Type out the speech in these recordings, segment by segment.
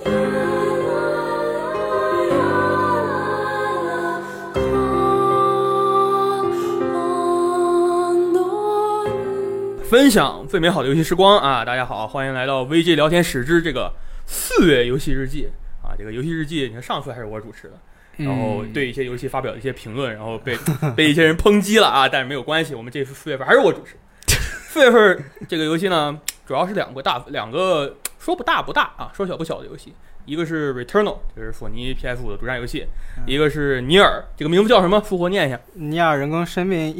分享最美好的游戏时光啊！大家好，欢迎来到 VG 聊天室之这个4月游戏日记啊！这个游戏日记，你看上次还是我主持的，然后对一些游戏发表一些评论，然后被一些人抨击了啊！但是没有关系，我们这次4月份还是我主持。4月份这个游戏呢，主要是两个说不大不大啊，说小不小的游戏。一个是 Returnal， 就是索尼 PS5 的独占游戏；一个是尼尔，这个名字叫什么？复活念一下。 尼尔人工生命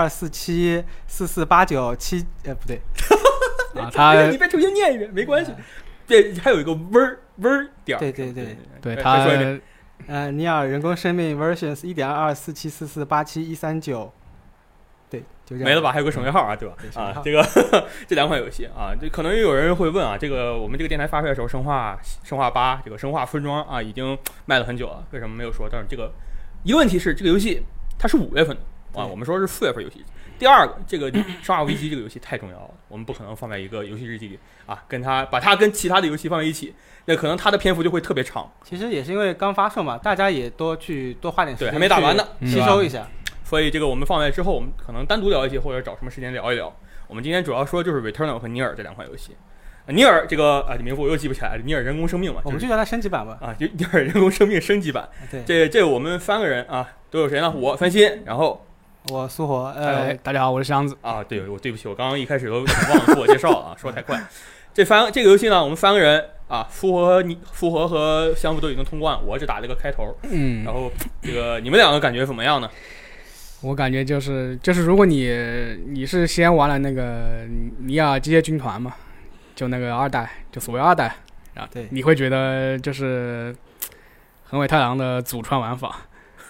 1.2474489不对啊，你再重新念一遍，没关系。这还有一个味点。 对， 他尼尔人工生命 versions 1.24744871139。对，就这样。 没了吧？还有个省略号啊，对吧？啊，这个这两款游戏啊，这可能有人会问啊，这个我们这个电台发出来的时候，生化8这个生化村庄啊，已经卖了很久了，为什么没有说？但是这个一个问题是，这个游戏它是5月份的啊，我们说是4月份游戏。第二个，这个生化危机这个游戏太重要了，我们不可能放在一个游戏日记里啊，把它跟其他的游戏放在一起，那可能它的篇幅就会特别长。 其实也是因为刚发售嘛，大家也多花点时间， 对，还没打完呢， 吸收一下。 所以这个我们放在之后，我们可能单独聊一些，或者找什么时间聊一聊。我们今天主要说就是 Returnal 和尼尔这两款游戏。尼尔这个名字我又记不起来了，尼尔人工生命嘛， 我们就叫它升级版吧。 啊，就尼尔人工生命升级版。 对， 这我们3个人啊，都有谁呢？我翻新，然后我苏活， 大家好，我是箱子啊。对不起，我刚刚一开始都忘了自我介绍了啊，说太快。这个游戏呢，我们3个人啊，复活和箱子都已经通关，我只打了个开头。然后这个你们两个感觉怎么样呢？ 我感觉就是如果你是先玩了那个尼尔机械军团嘛，就那个2代，就所谓2代啊， 对， 你会觉得就是横尾太郎的祖传玩法，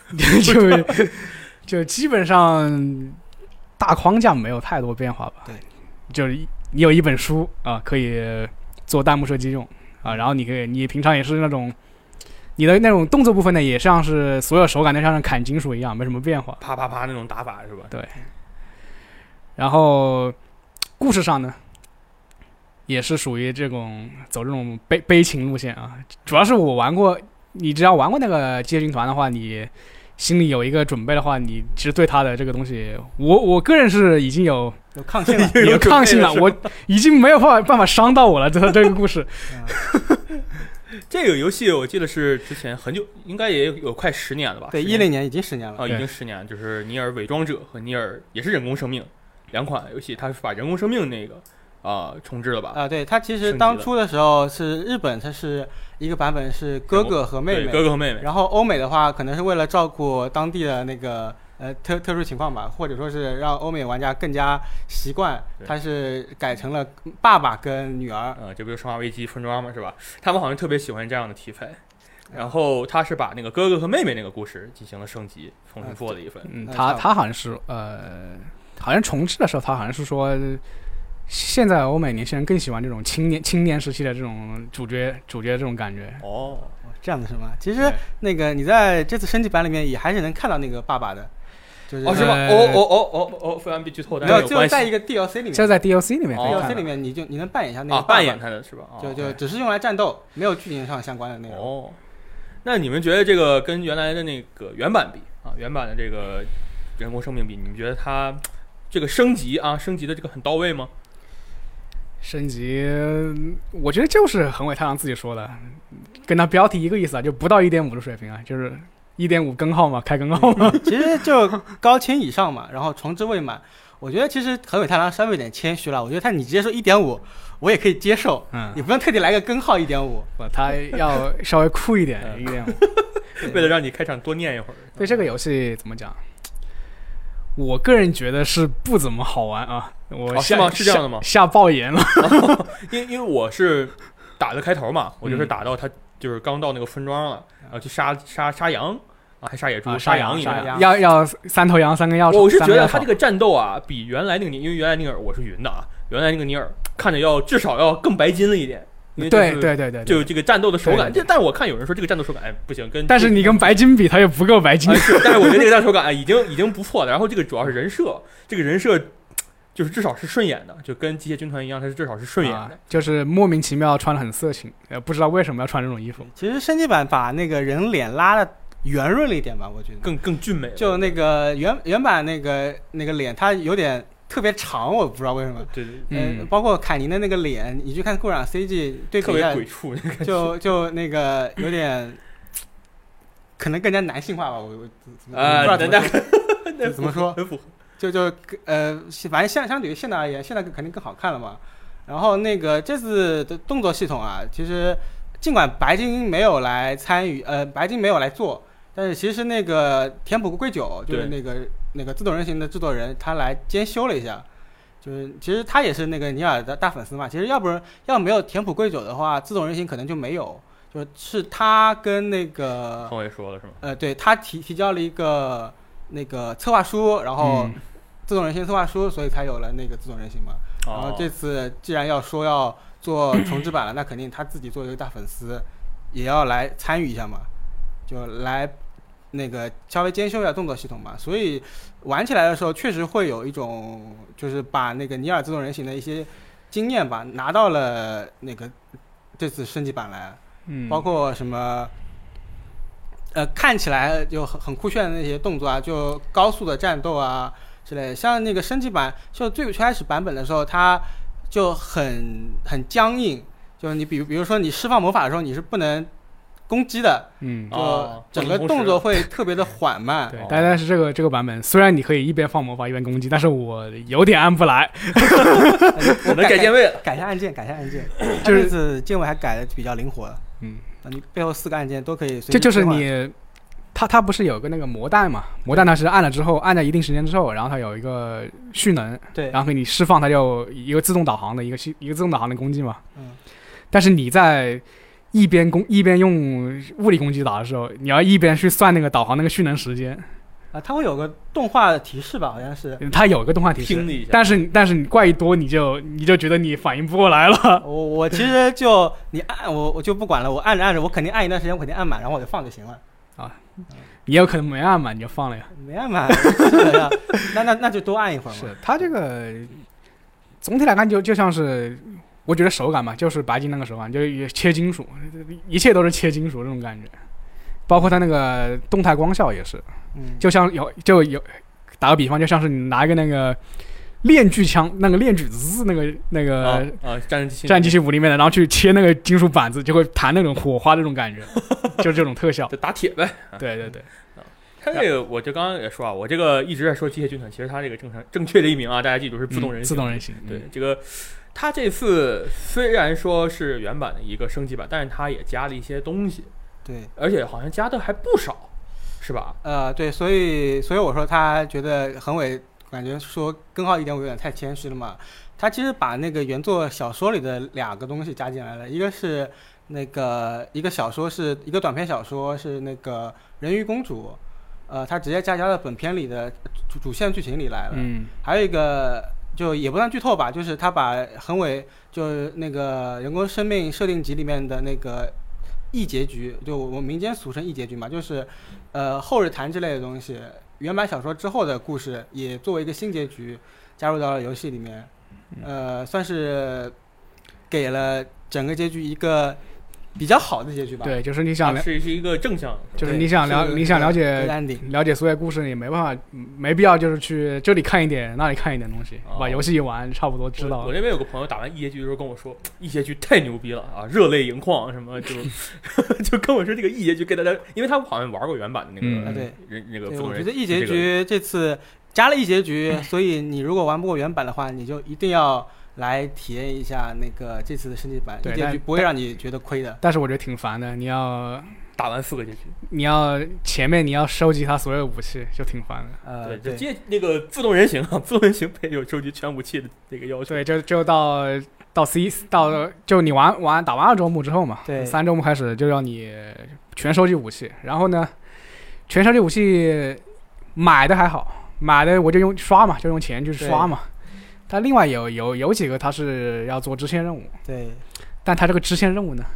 就基本上大框架没有太多变化吧。 对， 就是你有一本书啊，可以做弹幕射击用啊，然后你平常也是那种。你的那种动作部分呢，也像是所有手感都像是砍金属一样，没什么变化， 啪啪啪那种打法是吧？ 对。然后故事上呢，也是属于走这种悲情路线啊。主要是你只要玩过那个机械军团的话，你心里有一个准备的话，你其实对他的这个东西，我个人是已经有抗性了， 有抗性了，我已经没有办法伤到我了。这个故事。 这个游戏我记得是之前很久，应该也有快10年了吧？ 对，10年已经10年了啊，已经10年，就是尼尔伪装者和尼尔也是人工生命两款游戏，它是把人工生命那个重置了吧？ 啊，对，它其实当初的时候是日本，它是一个版本是哥哥和妹妹，然后欧美的话可能是为了照顾当地的那个特殊情况吧，或者说是让欧美玩家更加习惯，它是改成了爸爸跟女儿。 这不就生化危机村庄嘛，是吧？他们好像特别喜欢这样的题材。然后他是把那个哥哥和妹妹那个故事进行了升级，重新做了一份。 他好像是好像重置的时候，他好像是说，现在欧美年轻人更喜欢这种青年时期的这种主角这种感觉。 哦， 这样的是吗？其实那个你在这次升级版里面也还是能看到那个爸爸的。 是吗？非常必剧透，但是就在一个 DLC 里面， 就在 DLC 里面 ，DLC 里面你能扮演一下那个扮演他的是吧？ 就只是用来战斗，没有剧情上相关的内容。 哦，那你们觉得这个跟原来的那个原版比啊，原版的这个人工生命比，你们觉得它这个升级的这个很到位吗？ 升级，我觉得就是横尾太郎自己说的，跟他标题一个意思啊，就不到 1.5 的水平啊，就是1.5根号嘛，开根号嘛。 其实就高清以上嘛，然后重置未满。我觉得其实横尾太郎稍微有点谦虚了，我觉得你直接说 1.5 我也可以接受，你不用特地来个根号 1.5， 他要稍微酷一点1.5 为了让你开场多念一会儿。 对这个游戏怎么讲，我个人觉得是不怎么好玩啊。 是吗？是这样的吗？ 下爆言了。 因为我是打的开头嘛，我就是打到他就是刚到那个村庄了，然后去杀羊啊，还杀野猪，杀羊一样， 要3头羊3根钥匙。 我是觉得他这个战斗啊，比原来那个因为原来那个我是云的啊，原来那个尼尔看着至少要更白金了一点。 对， 就这个战斗的手感，但是我看有人说这个战斗手感不行， 但是你跟白金比，它又不够白金。 但是我觉得这个战斗手感已经不错了。然后这个主要是人设，这个人设就是至少是顺眼的，就跟机械军团一样，它是至少是顺眼的， 就是莫名其妙穿得很色情，不知道为什么要穿这种衣服。 其实升级版把那个人脸拉的圆润了一点吧，我觉得更俊美。 就那个原版那个脸，它有点特别长，我不知道为什么。 对对。 包括凯宁的那个脸，你去看过场 CG 对比一下， 特别鬼畜， 就那个有点，可能更加男性化吧，我不知道怎么说。反正相对于现在而言，现在肯定更好看了嘛。然后那个这次的动作系统啊，其实尽管白金没有来参与，白金没有来做，但是其实那个田浦贵久就是那个自动人形的制作人，他来监修了一下。就是其实他也是那个尼尔的大粉丝嘛。其实要没有田浦贵久的话，自动人形可能就没有。就是他跟那个后卫说了是吗？ 对，他提交了一个那个策划书，然后自动人形策划书，所以才有了那个自动人形嘛。然后这次既然要做重置版了，那肯定他自己作为一个大粉丝，也要来参与一下嘛，就来那个稍微监修一下动作系统嘛。所以玩起来的时候，确实会有一种就是把那个尼尔自动人形的一些经验吧拿到了那个这次升级版来，包括什么。看起来就很酷炫的那些动作啊，就高速的战斗啊之类的。像那个升级版，就最开始版本的时候，它就很僵硬。就你比如说你释放魔法的时候，你是不能攻击的，就整个动作会特别的缓慢。 对，但是这个版本虽然你可以一边放魔法一边攻击，但是我有点按不来。 我能改键位了， 改一下按键，这次键位还改的比较灵活。你背后4个按键都可以随时切换。 就是你，它不是有个那个魔弹嘛？魔弹它是按了之后，按在一定时间之后，然后它有一个蓄能， 对， 然后给你释放，它就一个自动导航的一个自动导航的攻击嘛。但是你在一边用物理攻击打的时候，你要一边去算那个导航那个蓄能时间。 它会有个动画的提示吧？好像是。 它有个动画提示，但是你怪一多，你就觉得你反应不过来了。 我其实就你按我就不管了，我按着，我肯定按一段时间，我肯定按满，然后我就放就行了。 也有可能没按满你就放了呀。 没按满，那就多按一会儿嘛。 是它这个总体来看就像是，我觉得手感嘛，就是白金那个手感，就是切金属，一切都是切金属这种感觉。包括它那个动态光效也是，就像有打个比方，就像是你拿一个那个链锯枪，那个链锯子那个战机器5里面的，然后去切那个金属板子，就会弹那种火花这种感觉，就是这种特效， 就打铁呗。 对。 它这个我就刚刚也说啊，我这个一直在说机械军团，其实它这个正确的译名啊，大家记住是自动人形。 自动人形。 对，这个它这次虽然说是原版的一个升级版，但是它也加了一些东西。 对， 而且好像加的还不少，是吧？ 对，所以我说他觉得横尾感觉说根号1.5有点太谦虚了嘛。他其实把那个原作小说里的2个东西加进来了，一个是那个一个短篇小说是那个人鱼公主，他直接加到本片里的主线剧情里来了。还有一个就也不算剧透吧，就是他把横尾就那个人工生命设定集里面的那个异结局，就我们民间俗称异结局嘛，就是后日谈之类的东西，原版小说之后的故事也作为一个新结局加入到了游戏里面，算是给了整个结局一个比较好的结局吧。 对，就是你想是一个正向， 就是你想了解所有故事，也没办法，没必要就是去这里看一点，那里看一点东西，把游戏一玩差不多知道了。 我那边有个朋友打完异结局的时候跟我说，异结局太牛逼了啊，热泪盈眶什么就跟我说这个异结局给大家，因为他好像玩过原版的那个， 对， 那个我觉得异结局这次加了异结局，所以你如果玩不过原版的话，你就一定要来体验一下那个这次的升级版，异结局不会让你觉得亏的。 但是我觉得挺烦的，你要打完4个结局， 你要前面你要收集他所有武器，就挺烦的。对，那个自动人形啊，自动人形配有收集全武器的这个要求。 对，就到就你打完2周目之后嘛， 对 ，3周目开始就要你全收集武器，然后呢，全收集武器买的还好，买的我就用刷嘛，就用钱去刷嘛。但另外有几个他是要做支线任务， 对， 但他这个支线任务呢，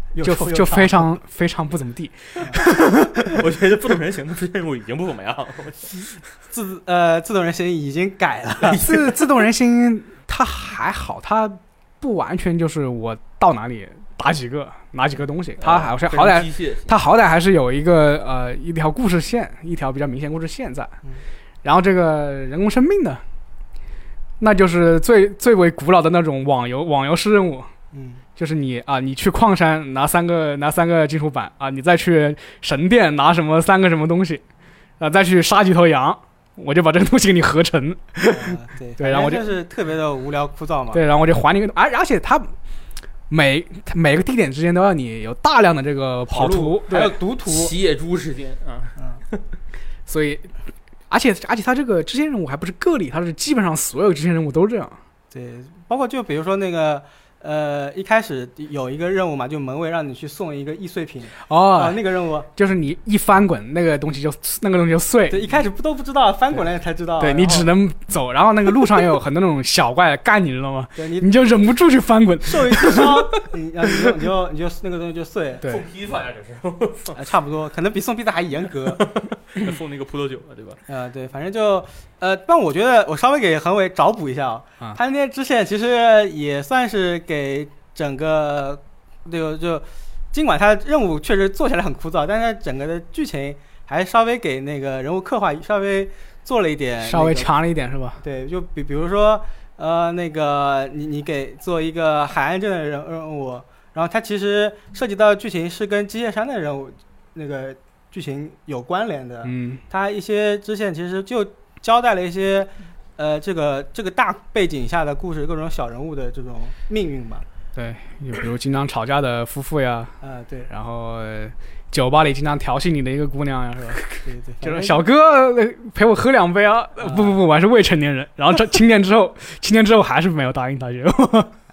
就非常非常不怎么地。 我觉得不懂人形的支线任务已经不怎么样了。 自动人形已经改了。 自动人形它还好，它不完全就是我到哪里打几个拿几个东西，它好歹还是有一条故事线，一条比较明显故事线在。然后这个人工生命的，那就是最为古老的那种网游式任务。就是你去矿山拿三个金属板啊，你再去神殿拿三个什么东西啊，再去杀几头羊，我就把这个东西给你合成。 对，然后就是特别的无聊枯燥嘛。 对，然后我就还你一个而且它每个地点之间都要你有大量的这个跑图， 还有读图、 骑野猪时间啊。 所以，而且它这个支线任务还不是个例，它是基本上所有支线任务都这样。 对，包括就比如说那个。一开始有一个任务嘛，就门卫让你去送一个易碎品。那个任务就是你一翻滚，那个东西就碎。 对，一开始都不知道，翻滚了才知道。 对，你只能走，然后那个路上也有很多那种小怪干你，知道吗？ 对， 你就忍不住去翻滚， 受一次伤，你就那个东西就碎。 对， 送披萨呀，这是。差不多，可能比送披萨还严格。 送那个葡萄酒了，对吧？ 对，反正就但我觉得我稍微给恒伟找补一下他那些支线其实也算是给整个就尽管他任务确实做起来很枯燥，但是整个的剧情还稍微给那个人物刻画稍微做了一点， 稍微强了一点是吧？ 对，就比如说那个你给做一个海岸镇的任务，然后它其实涉及到剧情是跟机械山的任务那个剧情有关联的。它一些支线其实就交代了一些这个大背景下的故事，各种小人物的这种命运吧。 对，就比如经常吵架的夫妇呀， 对， 然后酒吧里经常调戏你的一个姑娘呀，是吧？ 对， 就是小哥陪我喝2杯啊！不，我还是未成年人。然后这青年之后还是没有答应他就。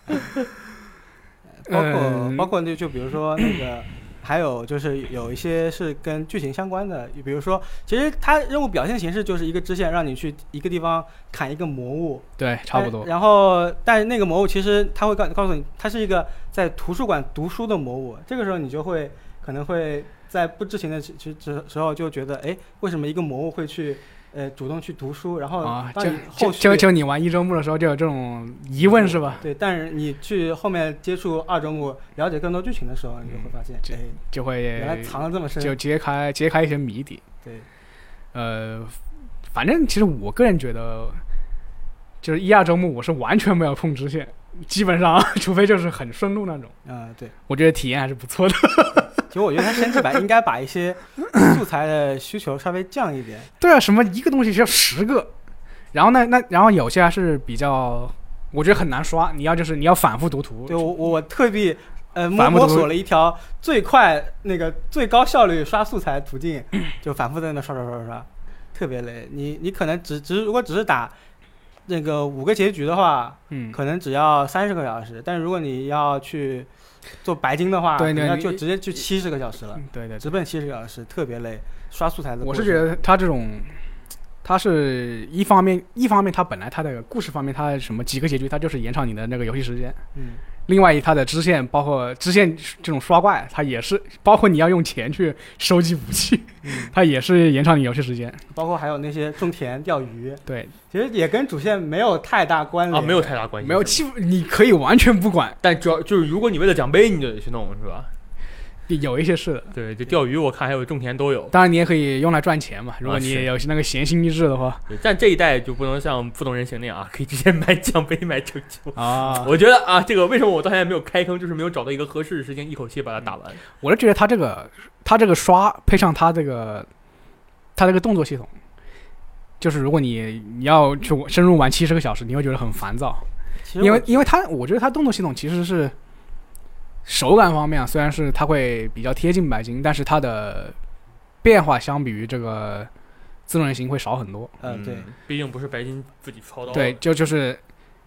包括就比如说那个。还有就是有一些是跟剧情相关的，比如说，其实它任务表现形式就是一个支线，让你去一个地方砍一个魔物， 对，差不多。 然后，但是那个魔物其实它会告诉你，它是一个在图书馆读书的魔物。这个时候你就可能会在不知情的时候就觉得，哎，为什么一个魔物会去主动去读书？然后就你玩1周目的时候就有这种疑问是吧？ 对，但是你去后面接触2周目，了解更多剧情的时候，你就会发现， 就会原来藏了这么深， 就揭开一些谜底。 对， 反正其实我个人觉得，就是1、2周目我是完全没有碰支线，基本上除非就是很顺路那种。 对， 我觉得体验还是不错的。 其实我觉得它升级版应该把一些素材的需求稍微降一点。 对啊，什么一个东西需要10个，然后然后有些还是比较，我觉得很难刷。你要反复读图。 对，我特地摸索了一条最快那个最高效率刷素材途径，就反复在那刷，特别累。你可能如果只是打那个5个结局的话，可能只要30个小时，但是如果你要去做白金的话，那就直接去70个小时了。 对， 直奔70个小时，特别累。刷素材的， 我是觉得他这种，他是一方面，他本来他的故事方面，他什么几个结局，他就是延长你的那个游戏时间。另外他的支线，包括支线这种刷怪，它也是包括你要用钱去收集武器，它也是延长你游戏时间。 包括还有那些种田、钓鱼， 对， 其实也跟主线没有太大关联没有太大关系， 没有，你可以完全不管。 但主要就是如果你为了奖杯，你就得去弄，是吧？ 有一些是的， 对，就钓鱼我看还有种田都有。 当然你也可以用来赚钱嘛，如果你有那个闲心一致的话。 但这一代就不能像不懂人形那样可以直接买奖杯买成就我觉得这个为什么我到现在没有开坑，就是没有找到一个合适的时间一口气把它打完。 我是觉得他这个刷配上他这个动作系统，就是如果你要去深入玩70个小时，你会觉得很烦躁，因为我觉得他动作系统其实是。手感方面虽然是它会比较贴近白金，但是它的变化相比于这个自动人形会少很多。 对， 毕竟不是白金自己操刀。 对，就是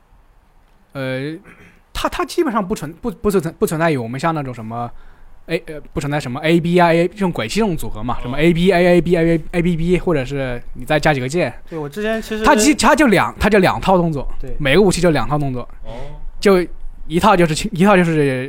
它基本上不存在于我们像那种什么不存在什么 A B I A 这种轨迹这种组合嘛，什么 A B A A B A A B B， 或者是你再加几个键。 对，我之前其实它就2套动作， 对， 每个武器就2套动作。就一套就是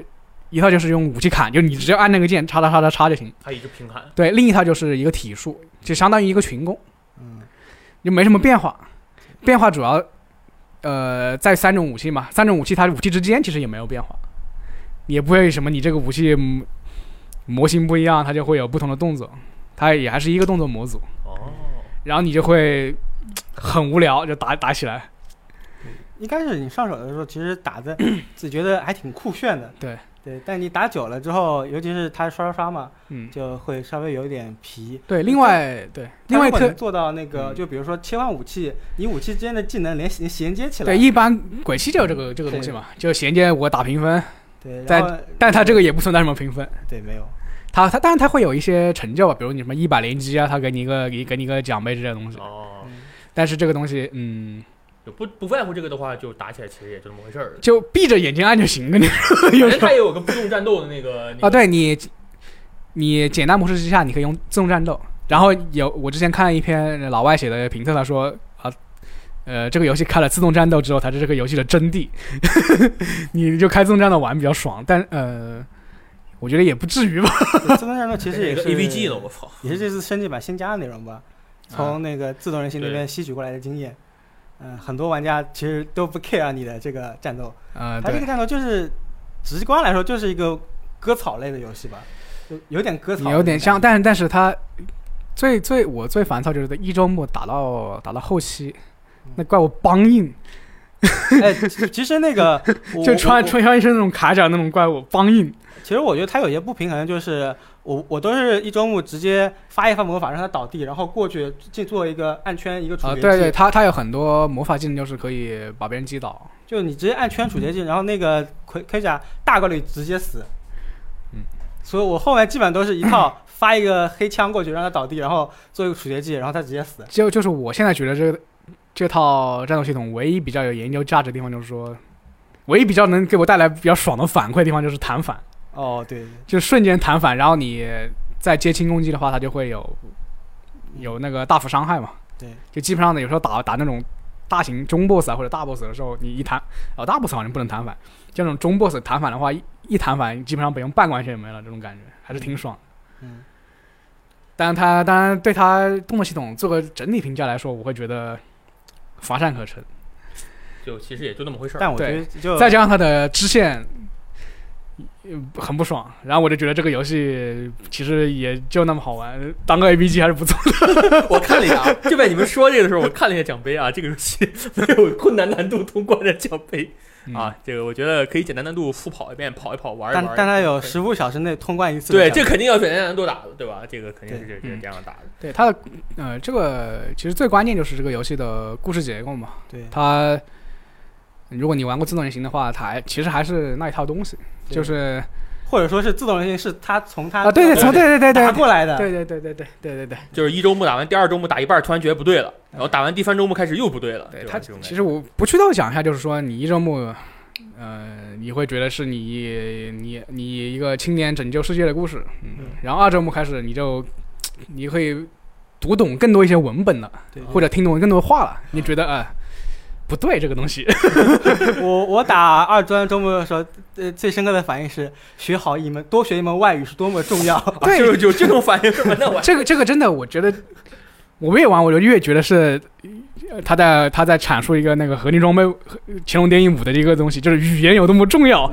一套就是用武器砍，就你只要按那个键，叉就行。 它一直平砍。 对，另一套就是一个体术，就相当于一个群攻，就没什么变化。变化主要，在3种武器嘛，3种武器它武器之间其实也没有变化，也不会什么你这个武器模型不一样，它就会有不同的动作，它也还是一个动作模组。然后你就会很无聊，就打起来。 一开始你上手的时候，其实打的自己觉得还挺酷炫的。对，但你打久了之后，尤其是它刷嘛，就会稍微有点疲。 对，另外能做到那个，就比如说切换武器，你武器之间的技能衔接起来。 对，一般鬼泣就有这个东西嘛，就衔接我打评分。 对， 但它这个也不存在什么评分。 对，没有。 它当然它会有一些成就吧，比如你什么100连击啊，它给你一个奖杯之类的东西。但是这个东西， 就不在乎这个的话，就打起来其实也就这么回事儿， 就闭着眼睛按就行。跟你说， 反正它也有个自动战斗的那个啊，对你简单模式之下，你可以用自动战斗。然后我之前看了一篇老外写的评测，他说这个游戏开了自动战斗之后，才是这个游戏的真谛。你就开自动战斗玩比较爽，但我觉得也不至于吧。 自动战斗其实也是 AVG 了，我操， 也是这次升级版新加的内容吧。从那个自动人形那边吸取过来的经验，很多玩家其实都不 care 你的这个战斗，它这个战斗就是直观来说就是一个割草类的游戏吧，有点割草， 有点像，但是它我最烦躁就是在1周末打到后期，那怪物梆硬。 其实那个就穿一身那种铠甲那种怪物梆硬。 其实我觉得它有些不平衡，就是我都是1周目直接发一发魔法让它倒地，然后过去做一个按圈一个处决技。 对，它有很多魔法技能就是可以把别人击倒， 就你直接按圈处决技，然后那个盔甲大概率直接死。所以我后面基本都是一套发一个黑枪过去让它倒地，然后做一个处决技，然后它直接死。 就是我现在觉得这套战斗系统唯一比较有研究价值的地方，就是说唯一比较能给我带来比较爽的反馈的地方就是弹反。 对， 就瞬间弹反，然后你再接轻攻击的话，它就会有那个大幅伤害嘛。 对， 就基本上呢，有时候打那种大型中 boss 或者大 boss 的时候，你一弹，大 boss 好像不能弹反，就那种中 boss 弹反的话，一弹反基本上不用半关血也没了，这种感觉还是挺爽的。当然对它动作系统做个整体评价来说，我会觉得乏善可陈。 就其实也就那么回事儿。 但我觉得就再加上它的支线。很不爽，然后我就觉得这个游戏其实也就那么好玩，当个 AVG 还是不错的。 我看了一下，就在你们说这个的时候，我看了一下奖杯啊，这个游戏没有困难难度通关的奖杯啊，这个我觉得可以简单难度复跑一遍，跑一跑，玩一玩。 但它有15小时内通关一次。 对，这肯定要简单难度打的，对吧？这个肯定是这样打的。 对它的这个其实最关键就是这个游戏的故事结构嘛。 对它。如果你玩过自动人形的话，它其实还是那一套东西，就是或者说是自动人形是他从他对打过来的， 对， 就是1周目打完，第2周目打一半，突然觉得不对了，然后打完第3周目开始又不对了。 对，它其实我不去到讲一下，就是说你1周目，你会觉得是你一个青年拯救世界的故事，然后2周目开始你可以读懂更多一些文本了，或者听懂更多话了，你觉得不对这个东西。 我打2专周末的时候，最深刻的反应是多学一门外语是多么重要。 对， 有这种反应是吧？那我这个真的，我觉得我越玩我就越觉得是他在阐述一个那个合金装备乾隆电影5的一个东西，就是语言有多么重要。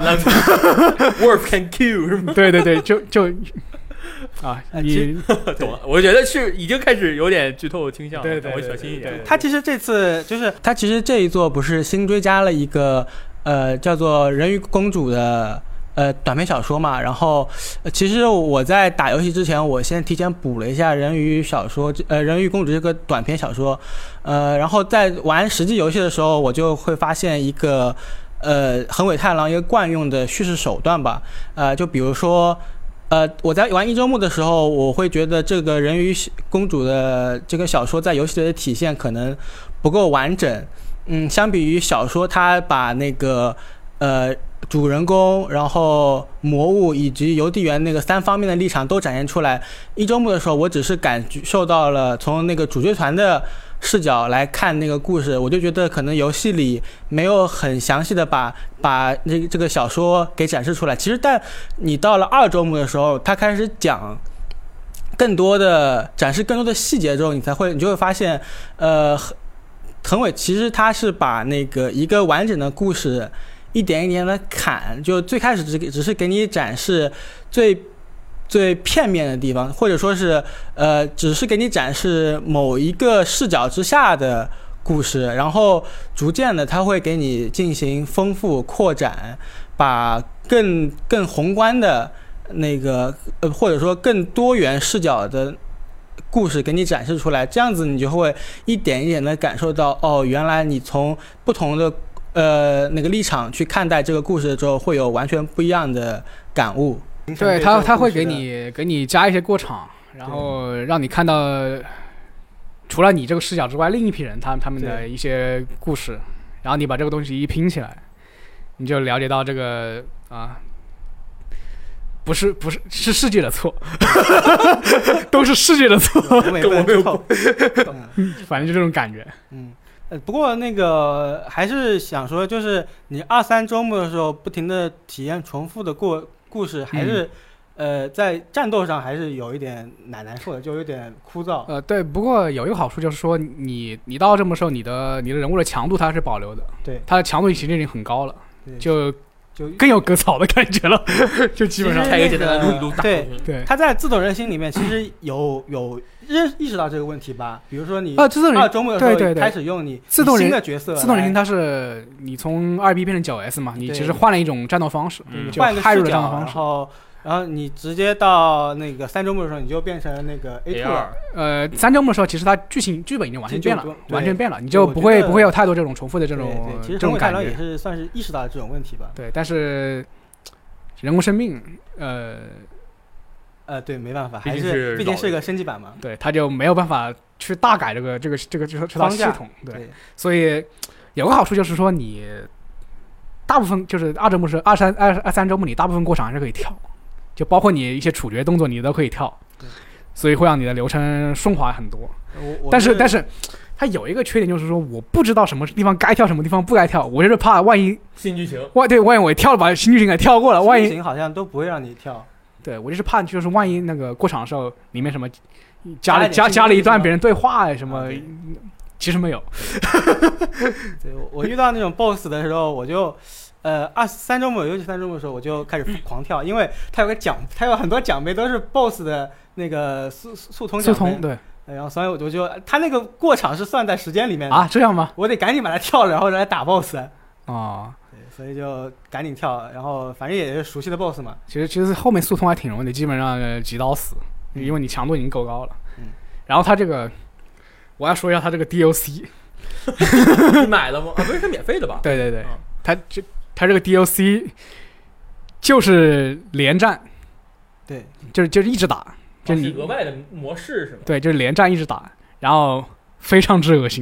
Word can kill 是吗？ 对，就。你懂了。我觉得是已经开始有点剧透倾向了， 对， 我小心一点。 他其实这次就是他其实这一座不是新追加了一个叫做人鱼公主的短篇小说嘛，然后其实我在打游戏之前，我先提前补了一下人鱼公主这个短篇小说，然后在玩实际游戏的时候，我就会发现一个横尾太郎一个惯用的叙事手段吧，就比如说。我在玩1周目的时候，我会觉得这个人鱼公主的这个小说在游戏里的体现可能不够完整。相比于小说，它把那个主人公，然后魔物以及邮递员那个3方面的立场都展现出来。一周目的时候，我只是感受到了从那个主角团的视角来看那个故事，我就觉得可能游戏里没有很详细的把这个小说给展示出来。其实，但你到了2周目的时候，他开始讲展示更多的细节之后，你就会发现，藤尾其实他是把那个一个完整的故事一点一点的砍，就最开始只是给你展示最片面的地方，或者说是只是给你展示某一个视角之下的故事，然后逐渐的它会给你进行丰富扩展，把更宏观的那个或者说更多元视角的故事给你展示出来，这样子你就会一点一点的感受到，哦，原来你从不同的那个立场去看待这个故事的时候，会有完全不一样的感悟。 对，他会给你加一些过场，然后让你看到除了你这个视角之外，另一批人他们的一些故事，然后你把这个东西一拼起来，你就了解到这个不是世界的错，都是世界的错， 跟我没有关反正就这种感觉。 不过那个还是想说，就是你2、3周目的时候不停的体验重复的故事，还是在战斗上还是有一点难受的，就有点枯燥。 对，不过有一个好处就是说，你到这么时候，你的人物的强度它是保留的， 对， 它的强度其实已经很高了，就更有割草的感觉了，就基本上开一个简单的路一路打。 对，他在自动人心里面其实有意识到这个问题吧？比如说你2周目的时候开始用你新的角色， 自动人心它是你从2B 变成9S 嘛，你其实换了一种战斗方式，就换一个骇入视角， 的战斗方式。 然后你直接到那个3周目的时候，你就变成那个 A2 了。 3周目的时候，其实它剧本已经完全变了，你就不会有太多这种重复的这种对其实这种感觉。 也是算是意识到了这种问题吧。 对，但是人物生命， 对，没办法，毕竟是个升级版嘛。 对，他就没有办法去大改这个套系统。对，所以有个好处就是说，你大部分就是2周目是3周目，你大部分过场还是可以跳。就包括你一些处决动作你都可以跳，所以会让你的流程顺滑很多。但是它有一个缺点，就是说我不知道什么地方该跳，什么地方不该跳，我就是怕万一新剧情， 万一我跳了把新剧情给跳过了，万一新剧情好像都不会让你跳。 对，我就是怕就是万一那个过场的时候里面什么加了一段别人对话什么，其实没有。 对，我遇到那种 BOSS 的时候，我就。3周目，尤其3周目的时候，我就开始狂跳，因为它有很多奖杯都是 BOSS 的那个速通奖杯， 对， 然后所以我就它那个过场是算在时间里面的啊，这样吗？ 我得赶紧把它跳了，然后来打 BOSS。 哦， 对，所以就赶紧跳，然后反正也是熟悉的 BOSS 嘛。 其实后面速通还挺容易的，基本上击刀死，因为你强度已经够高了。然后它这个，我要说一下它这个 DLC， 你买了吗？不是免费的吧？ 对，它这个 DLC 就是连战， 对， 就是一直打，就是你额外的模式是吗？ 对，就是连战一直打，然后非常之恶心。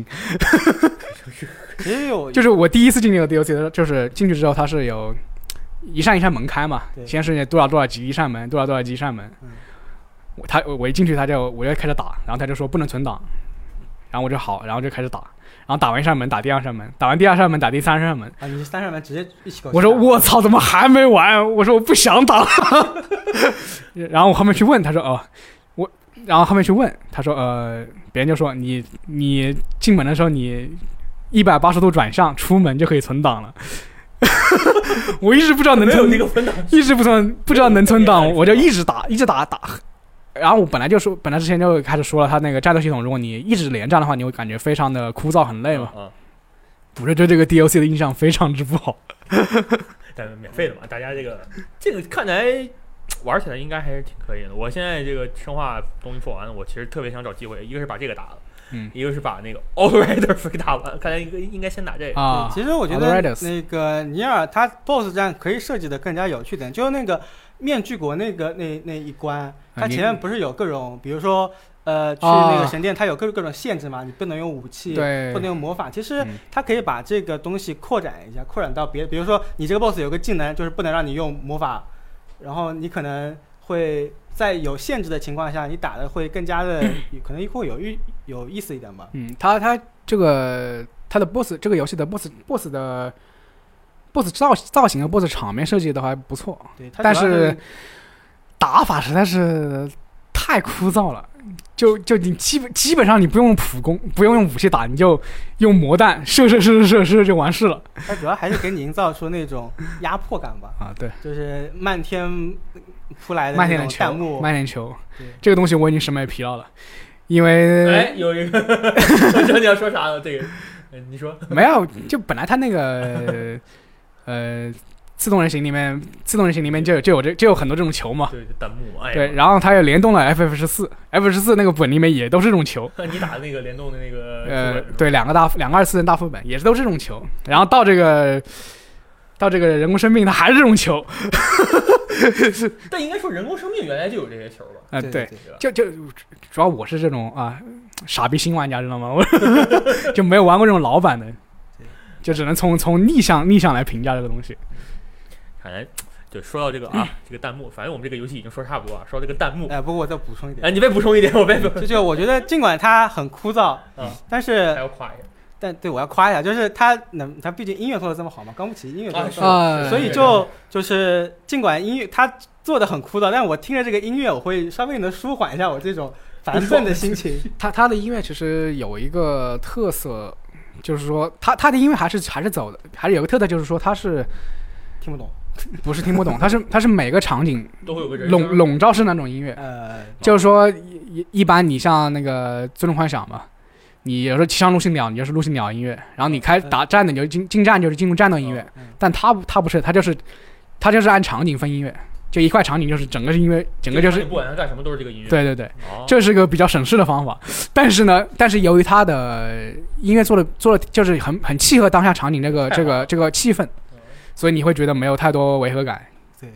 就是我第一次进那个 DLC 的，就是进去之后它是有一扇一扇门开嘛，先是多少级一扇门，多少级一扇门。我一进去我就开始打，然后他就说不能存档，然后我就好，然后就开始打。然后打完一扇门，打第2扇门，打完第2扇门，打第3扇门。 啊，你是3扇门直接一起搞？ 我说我操，怎么还没完？我说我不想打。然后我后面去问，他说然后后面去问，他说别人就说你进门的时候你180度转向，出门就可以存档了。我一直不知道能存那个分档， 一直不知道能存档，我就一直打。然后我本来之前就开始说了，他那个战斗系统，如果你一直连战的话，你会感觉非常的枯燥很累嘛。我就对这个 DLC 的印象非常之不好。 但免费的嘛，大家这个看起来玩起来应该还是挺可以的。我现在这个生化东西做完了，我其实特别想找机会，一个是把这个打了，一个是把那个 Outriders 给打完。看来应该先打这个啊。 其实我觉得那个尼尔他 BOSS 战可以设计的更加有趣点，就那个面具国那一关，它前面不是有各种，比如说去那个神殿，它有各种限制嘛，你不能用武器， 对， 不能用魔法。其实它可以把这个东西扩展一下，扩展到别，比如说你这个 boss 有个技能，就是不能让你用魔法，然后你可能会在有限制的情况下，你打的会更加的可能会有意思一点吧。 它这个它的 boss 这个游戏的 boss 的 boss 造型和 boss 场面设计的还不错， 对， 但是打法实在是太枯燥了。就你基本上你不用普攻，不用武器打，你就用魔弹射就完事了。 它主要还是给你营造出那种压迫感吧。 对， 就是漫天扑来的那种弹幕， 漫天球，这个东西我已经审美疲劳了，因为有一个，我知道你要说啥了，这个，你说没有？就本来它那个自动人形里面就有很多这种球嘛， 对，弹幕， 对，然后它又联动了 FF14 那个本里面也都是这种球。 你打的那个联动的那个对，两个2次元大副本也是都是这种球，然后到这个人工生命它还是这种球。 但应该说人工生命原来就有这些球吧？ 对，就主要我是这种傻逼新玩家，知道吗？我就没有玩过这种老版的。就只能从逆向来评价这个东西。 看来就说到这个这个弹幕，反正我们这个游戏已经说差不多了。说到这个弹幕， 不过我再补充一点。 你再补充一点，我别。 就我觉得尽管它很枯燥，但是还要夸一下。 但对我要夸一下，就是它毕竟音乐做的这么好嘛，冈部启音乐做的所以就是尽管音乐它做的很枯燥，但我听着这个音乐，我会稍微能舒缓一下我这种烦闷的心情。 它的音乐其实有一个特色。就是说，他的音乐还是走的，还是有个特色，就是说他是听不懂， 不是听不懂，他是每个场景都会有个人笼罩式那种音乐。就是说一般你像那个《最终幻想》嘛，你有时候上陆行鸟，你就是陆行鸟音乐，然后你开打战的，你就进战就是进入战斗音乐。但他不是，他就是按场景分音乐。就一块场景就是整个是音乐，整个就是不管他干什么都是这个音乐。 对，这是个比较省事的方法。但是由于他的音乐做的就是很契合当下场景这个气氛，所以你会觉得没有太多违和感。 对，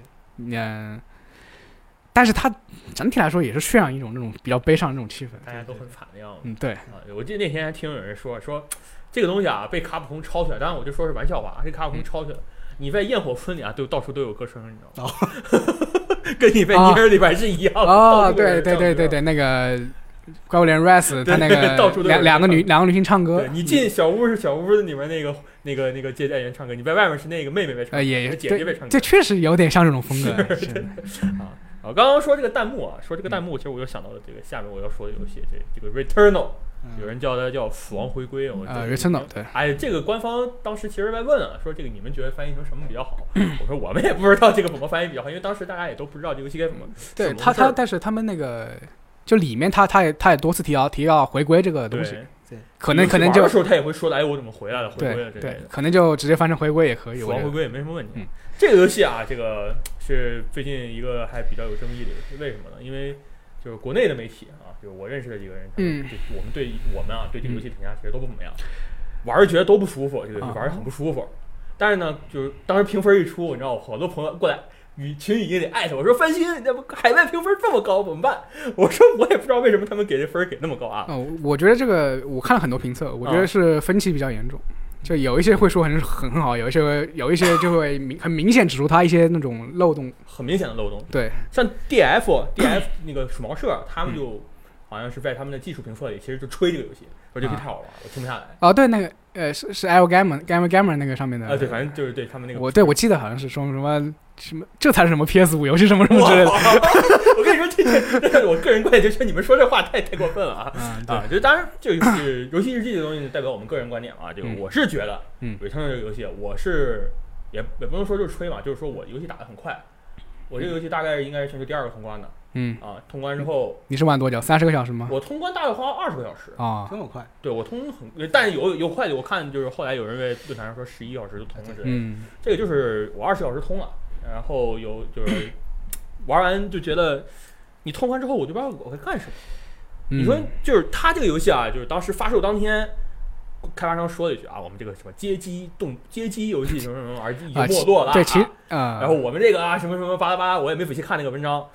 但是它整体来说也是渲染一种那种比较悲伤的那种气氛， 大家都很惨的样子。 对。 我记得那天还听有人说这个东西被卡普空抄起来，当然我就说是玩笑话，是卡普空抄起来。你在焰火村里都到处都有歌声，你知道吗？跟你在尼尔里边是一样的。 对，那个怪物猎人 Rise 他那个到处都有两个女性唱歌。 你进小屋是小屋里面那个接待员唱歌，你在外面是那个妹妹在唱歌， 也姐姐在唱歌。 这确实有点像这种风格。 刚刚说这个弹幕其实我又想到了这个下面我要说的游戏，这个 Returnal。有人叫它叫死亡回归 ，Returnal 对。 这个官方当时其实在问说这个你们觉得翻译成什么比较好？我说我们也不知道这个怎么翻译比较好，因为当时大家也都不知道这个游戏该怎么。 对但是他们那个就里面他也多次提到回归这个东西， 对， 可能就有时候他也会说我怎么回来了，回归了对，可能就直接翻成回归也可以， 死亡回归也没什么问题。这个游戏这个是最近一个还比较有争议的游戏，为什么呢？因为就是国内的媒体就是我认识的几个人，我们对这个游戏评价其实都不怎么样，玩着觉得都不舒服，这个游戏玩着很不舒服。但是呢，就是当时评分一出，你知道，好多朋友过来群语音里艾特我说：“翻新，海外评分这么高，怎么办？”我说：“我也不知道为什么他们给这分给那么高啊。” 我觉得这个我看了很多评测，我觉得是分歧比较严重。就有一些会说很好，有一些就会很明显指出它一些那种漏洞， 很明显的漏洞。 对， 像 DF 那个鼠毛社，他们就好像是在他们的技术评测里，其实就吹这个游戏，说这个太好玩了，我停不下来。 对，那个是 Gamer 那个上面的。 对，反正就是对他们那个。 我记得好像是说什么，这才是什么 PS5 游戏什么之类的。 我跟你说，这我个人观点就是你们说这话太过分了就当然这个游戏日记这个东西代表我们个人观点这个我是觉得Returnal这个游戏我是也不能说就是吹嘛，就是说我游戏打得很快，我这个游戏大概应该是全球第2个通关的。通关之后你是玩多久？30个小时吗？ 我通关大概花20个小时这么快？ 对，我通但是有快的，我看就是后来有人在论坛上说11小时就通了之类的。这个就是我20小时通了，然后就是玩完就觉得你通关之后我就不知道我会干什么。你说就是他这个游戏就是当时发售当天，开发商说了一句我们这个什么街机游戏什么什么玩意已经没落了。 对， 然后我们这个什么什么巴拉巴拉，我也没仔细看那个文章。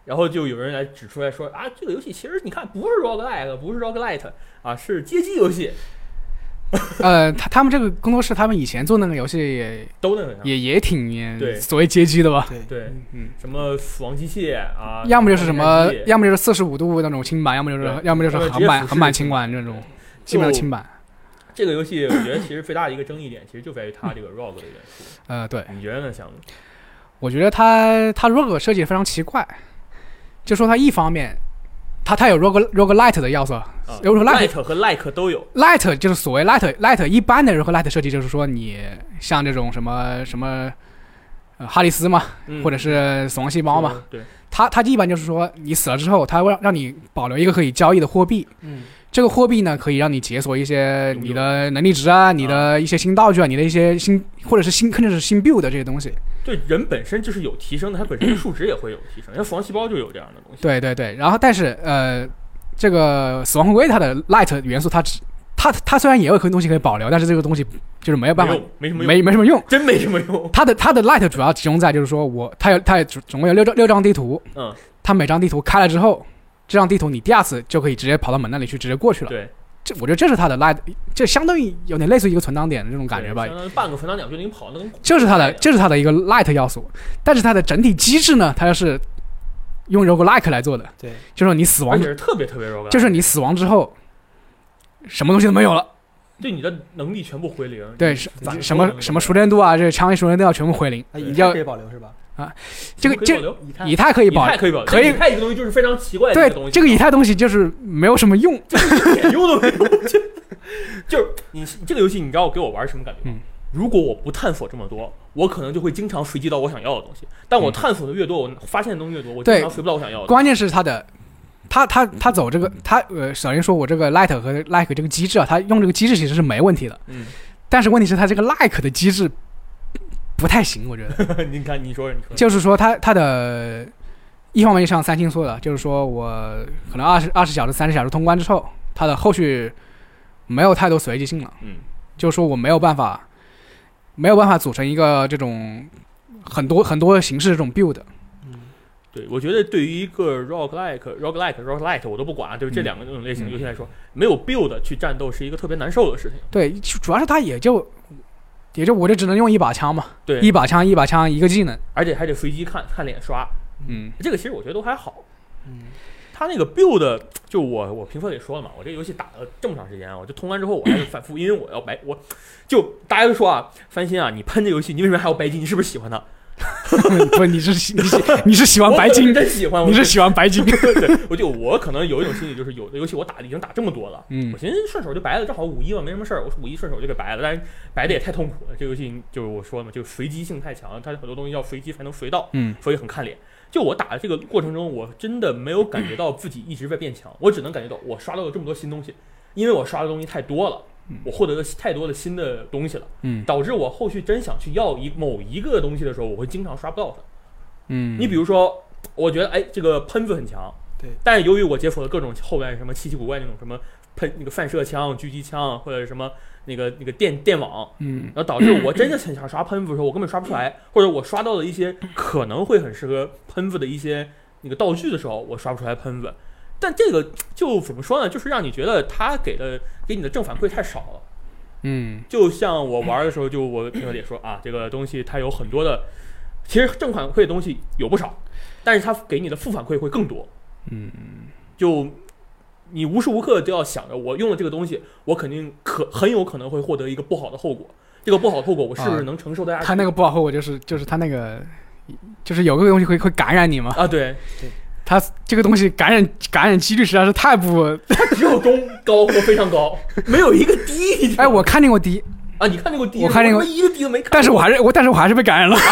然后就有人来指出来说啊，这个游戏其实你看不是 roguelike， 不是 roguelite 啊，是街机游戏。 他们这个工作室，他们以前做那个游戏也挺对所谓街机的吧？ 对，什么死亡机器啊， 要么就是什么，要么就是45度那种轻版，要么就是横版轻版这种，基本上轻版。 这个游戏我觉得其实最大的一个争议点，其实就在于它这个 rogue 的元素。 对， 你觉得呢，项目？ 我觉得它 rogue 设计非常奇怪，就说它一方面。它有 roguelite 的要素 ，light 和 like 都有。 light 就是所谓 light 一般的 roguelite 设计，就是说你像这种什么哈里斯嘛，或者是死亡细胞嘛， 对， 它一般就是说你死了之后，它会让你保留一个可以交易的货币，这个货币呢可以让你解锁一些你的能力值啊，你的一些新道具啊，你的一些或者是甚至是新 build 这些东西。 对，人本身就是有提升的，它本身的数值也会有提升。像死亡细胞就有这样的东西。 对，然后但是这个死亡回归它的 light 元素，它虽然也有一个东西可以保留，但是这个东西就是没有办法，没什么用， 真没什么用。 它的 light 主要集中在就是说它总共有六张地图，它每张地图开了之后，这张地图你第二次就可以直接跑到门那里去，直接过去了。 对。 我觉得这是它的 light， 这相当于有点类似于一个存档点的这种感觉吧， 相当于半个存档点就能跑， 这是它的一个 light 要素，但是它的整体机制呢，它是用 roguelike 来做的， 对， 就是你死亡， 而且是特别 roguelike， 就是你死亡之后，什么东西都没有了， 对你的能力全部回零， 对，什么熟练度啊，这个枪熟练度要全部回零， 以太可以保留是吧？ 这以太可以保留，可以。 以太这个东西就是非常奇怪的一个东西。 对，这个以太东西就是没有什么用， 一点用都没有。就是你这个游戏，你知道给我玩什么感觉吗？如果我不探索这么多，我可能就会经常随机到我想要的东西。但我探索的越多，我发现的东西越多，我经常随不到我想要的。 关键是他走这个，首先说我这个 light 和 like 这个机制啊，他用这个机制其实是没问题的。但是问题是他这个 like 的机制。不太行，我觉得。 你说， 就是说它的，一方面就像三星说的，就是说我可能20小时、30小时通关之后，它的后续没有太多随机性了。就是说我没有办法组成一个这种很多形式这种 build。 对，我觉得对于一个 roguelite 我都不管，就是这两个这种类型的游戏来说，没有 build 去战斗是一个特别难受的事情。 对，主要是它也就我就只能用一把枪嘛， 对， 一把枪一个技能， 而且还得随机看脸刷，这个其实我觉得都还好，他那个 build 就我评测也说了嘛，我这个游戏打了这么长时间，我就通关之后我还是反复，因为我就大家都说啊，翻新啊，你喷这游戏，你为什么还要白金？你是不是喜欢它？ 不，你是喜欢白金， 真喜欢， 你是喜欢白金。 对，我可能有一种心理，就是有的游戏我已经打这么多了，我寻思顺手就白了，正好5·1嘛，没什么事儿，我5·1顺手就给白了，但是白的也太痛苦了。这个游戏就是我说的嘛，就随机性太强，它很多东西要随机才能随到，所以很看脸。就我打的这个过程中，我真的没有感觉到自己一直在变强，我只能感觉到我刷到了这么多新东西，因为我刷的东西太多了。我获得了太多的新的东西了，导致我后续真想去要某一个东西的时候，我会经常刷不到它。你比如说，我觉得这个喷子很强， 对， 但是由于我解锁了各种后面什么奇奇古怪那种什么那个反射枪、狙击枪或者什么那个电网，然后导致我真的很想刷喷子的时候，我根本刷不出来，或者我刷到了一些可能会很适合喷子的一些那个道具的时候，我刷不出来喷子。但这个就怎么说呢？就是让你觉得他给你的正反馈太少了。就像我玩的时候，就我评论也说啊，这个东西它有很多的，其实正反馈的东西有不少，但是它给你的负反馈会更多。就你无时无刻都要想着，我用了这个东西，我肯定很有可能会获得一个不好的后果。这个不好的后果，我是不是能承受得下去？ 他那个不好后果就是他那个，就是有个东西会感染你嘛？ 啊，对。 它这个东西感染几率实在是太不， 它只有中高和非常高，没有一个低。 我看见过低啊，你看见过低？ 我看见过一个低都没看。 但是我还是被感染了。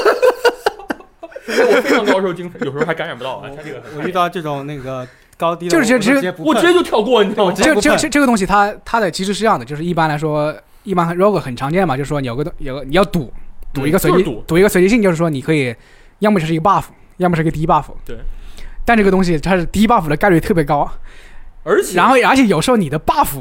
我非常高的时候，有时候还感染不到。 我遇到这种那个高低的， 就是我直接就跳过，你知道吗？ 这个东西它的机制是这样的，就是一般来说，rogue 很常见嘛，就是说你你要赌一个随机性，就是说你可以要么就是一个 buff， 要么是一个低 buff。 对。 但这个东西它是低 buff 的概率特别高， 而且有时候你的 buff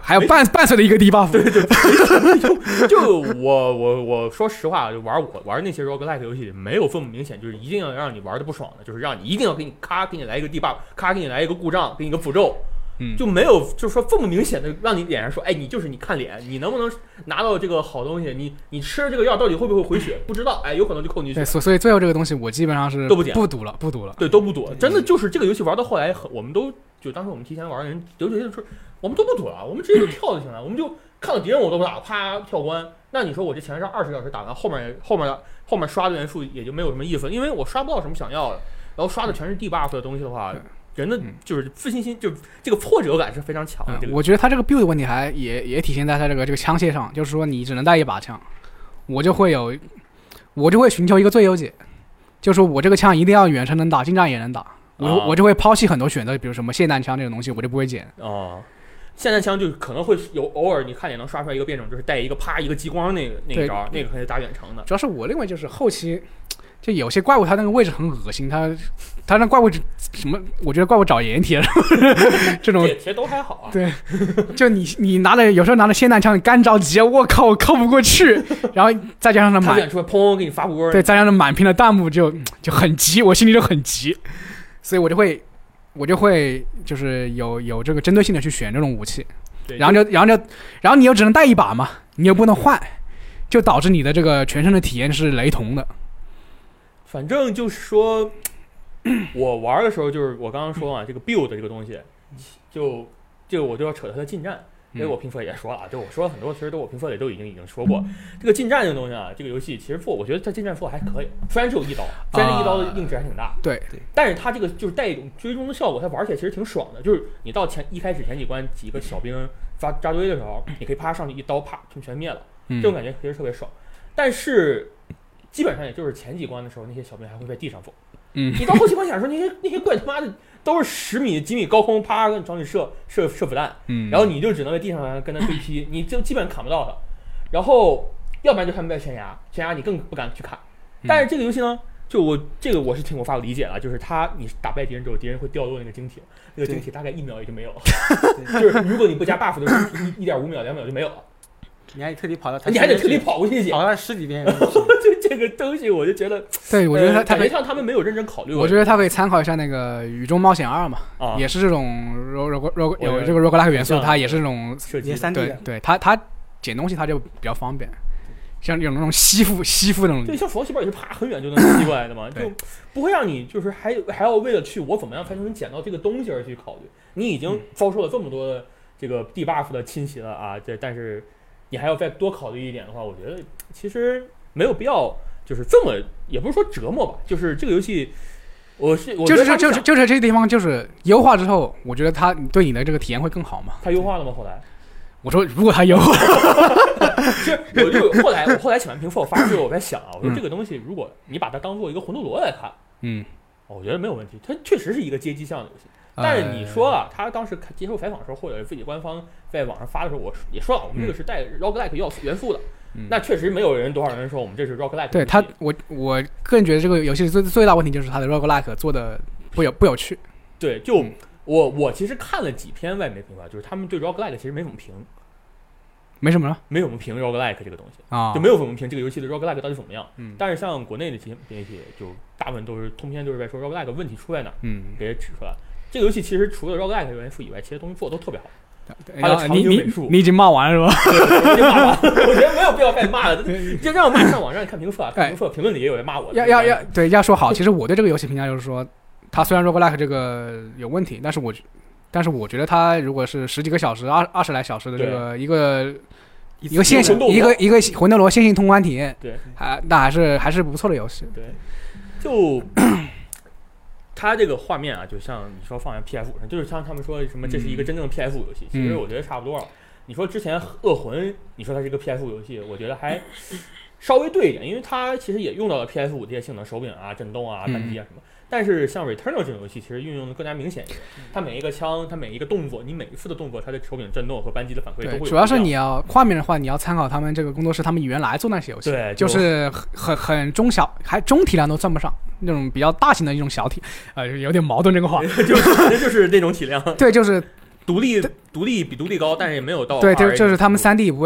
还有伴随的一个 debuff。 对，就我说实话，就玩那些 roguelike 游戏，没有这么明显，就是一定要让你玩的不爽的，就是让你一定要给你来一个 debuff， 给你来一个故障，给你个符咒。就没有就是说这么明显的让你脸上说，哎，你看脸，你能不能拿到这个好东西？你吃这个药到底会不会回血？不知道，哎，有可能就扣你血。 对，所以最后这个东西我基本上是都不赌了。 对，都不赌。真的就是这个游戏玩到后来，我们都就当时我们提前玩的人，有些人说我们都不赌了，我们直接就跳就行了，我们就看到敌人我都不打，啪跳关。那你说我这前上20小时打完，后面刷的元素也就没有什么意思，因为我刷不到什么想要的，然后刷的全是 debuff 的东西的话。人的就是自信心，就这个挫折感是非常强的。 我觉得他这个 build 的问题也体现在他这个枪械上，就是说你只能带一把枪，我就会寻求一个最优解，就是说我这个枪一定要远程能打，近战也能打，我就会抛弃很多选择，比如什么霰弹枪这种东西，我就不会捡。 霰弹枪就可能会有偶尔你看也能刷出来一个变种，就是带一个啪一个激光那个招，那个可以打远程的。 主要是我认为就是后期。就有些怪物它那个位置很恶心，它那怪物什么？我觉得怪物找掩体这种其实都还好啊。 对，就你有时候拿着霰弹枪，你干着急，我靠，我靠不过去，然后再加上那他远处砰给你发波， 对，再加上满屏的弹幕就很急，我心里就很急，所以我就会就是有这个针对性的去选这种武器，然后你又只能带一把嘛，你又不能换，就导致你的这个全身的体验是雷同的。 反正就是说，我玩的时候就是我刚刚说嘛，这个 build 这个东西，就这个我就要扯到它的近战，因为我评测也说了，就我说了很多，其实我评测里都已经说过，这个近战这个东西啊，这个游戏其实我觉得它近战做还可以，虽然只有一刀，虽然这一刀的硬值还挺大， 对， 但是它这个就是带一种追踪的效果，它玩起来其实挺爽的，就是你到一开始前几关几个小兵扎堆的时候，你可以啪上去一刀啪全灭了，这种感觉其实特别爽，但是。基本上也就是前几关的时候，那些小兵还会在地上走。你到后期关卡的时候，那些怪他妈的都是10米、几米高空，啪找你射子弹，然后你就只能在地上跟他对劈，你就基本砍不到他。然后要不然就他们在悬崖你更不敢去砍。但是这个游戏呢，这个我是听我发过理解了，就是你打败敌人之后，敌人会掉落那个晶体，那个晶体大概1秒也就没有了，就是如果你不加 buff 的1.5秒、2秒就没有了。 你还得特地跑过去跑到尸体边。 这个东西我就觉得， 对，我觉得感觉像他们没有认真考虑过。 我觉得他可以参考一下那个《雨中冒险2》嘛，也是这种有这个 roguelike 元素，它也是这种射击3D 的。 对，它捡东西它就比较方便，像有那种吸附那种。 对，像斧头细胞也是啪很远就能吸过来的嘛，就不会让你就是还要为了去我怎么样才能捡到这个东西而去考虑。你已经遭受了这么多的这个 debuff 的侵袭了啊，但是。你还要再多考虑一点的话，我觉得其实没有必要，就是这么也不是说折磨吧，就是这个游戏，就是这些地方就是优化之后，我觉得它对你的这个体验会更好嘛。 它优化了吗？后来我说如果它优化， 我后来写完评测，我发现我在想啊，我说这个东西如果你把它当做一个魂斗罗来看，我觉得没有问题，它确实是一个街机向的游戏。但是你说啊，他当时接受采访的时候，或者自己官方在网上发的时候，我也说了，我们这个是带 roguelike 元素的。那确实没有多少人说我们这是 roguelike。 对他，我个人觉得这个游戏最大问题就是它的 roguelike 做的不有趣。 对，就我其实看了几篇外媒评论，就是他们对 roguelike 其实没怎么评。 没什么了， 没有怎么评 roguelike 这个东西啊， 就没有怎么评这个游戏的 roguelike 到底怎么样。但是像国内的这些媒体，就大部分都是通篇都是在说 roguelike 问题出在哪，给指出来。这个游戏其实除了 roguelike 元素以外，其他东西做的都特别好。它的场景美术， 你已经骂完了是吧？ 对，已经骂完了。我觉得没有必要再骂了，就让我骂上网站看评测，评论里也有人骂我。 要说好。其实我对这个游戏评价就是说，它虽然 roguelike 这个有问题，但是我觉得它如果是10几个小时、20来小时的这个一个线性一个魂斗罗线性通关体验， 对， 那还是不错的游戏。 对，就。它这个画面啊，就像你说放在 PS5 上，就是像他们说什么这是一个真正的 PS5 游戏，其实我觉得差不多了。你说之前恶魂，你说它是一个 PS5 游戏，我觉得还稍微对一点，因为它其实也用到了 PS5 这些性能，手柄啊、震动啊、扳机啊什么。但是像 Returnal 这种游戏，其实运用的更加明显一点。它每一个枪，它每一个动作，你每一次的动作，它的手柄震动和扳机的反馈都会有。 主要是你要画面的话，你要参考他们这个工作室，他们原来做那些游戏， 对， 就是很中小，还中体量都算不上，那种比较大型的一种小体，有点矛盾这个话， 就是那种体量。 对，就是独立比独立高，但是也没有到对，就是他们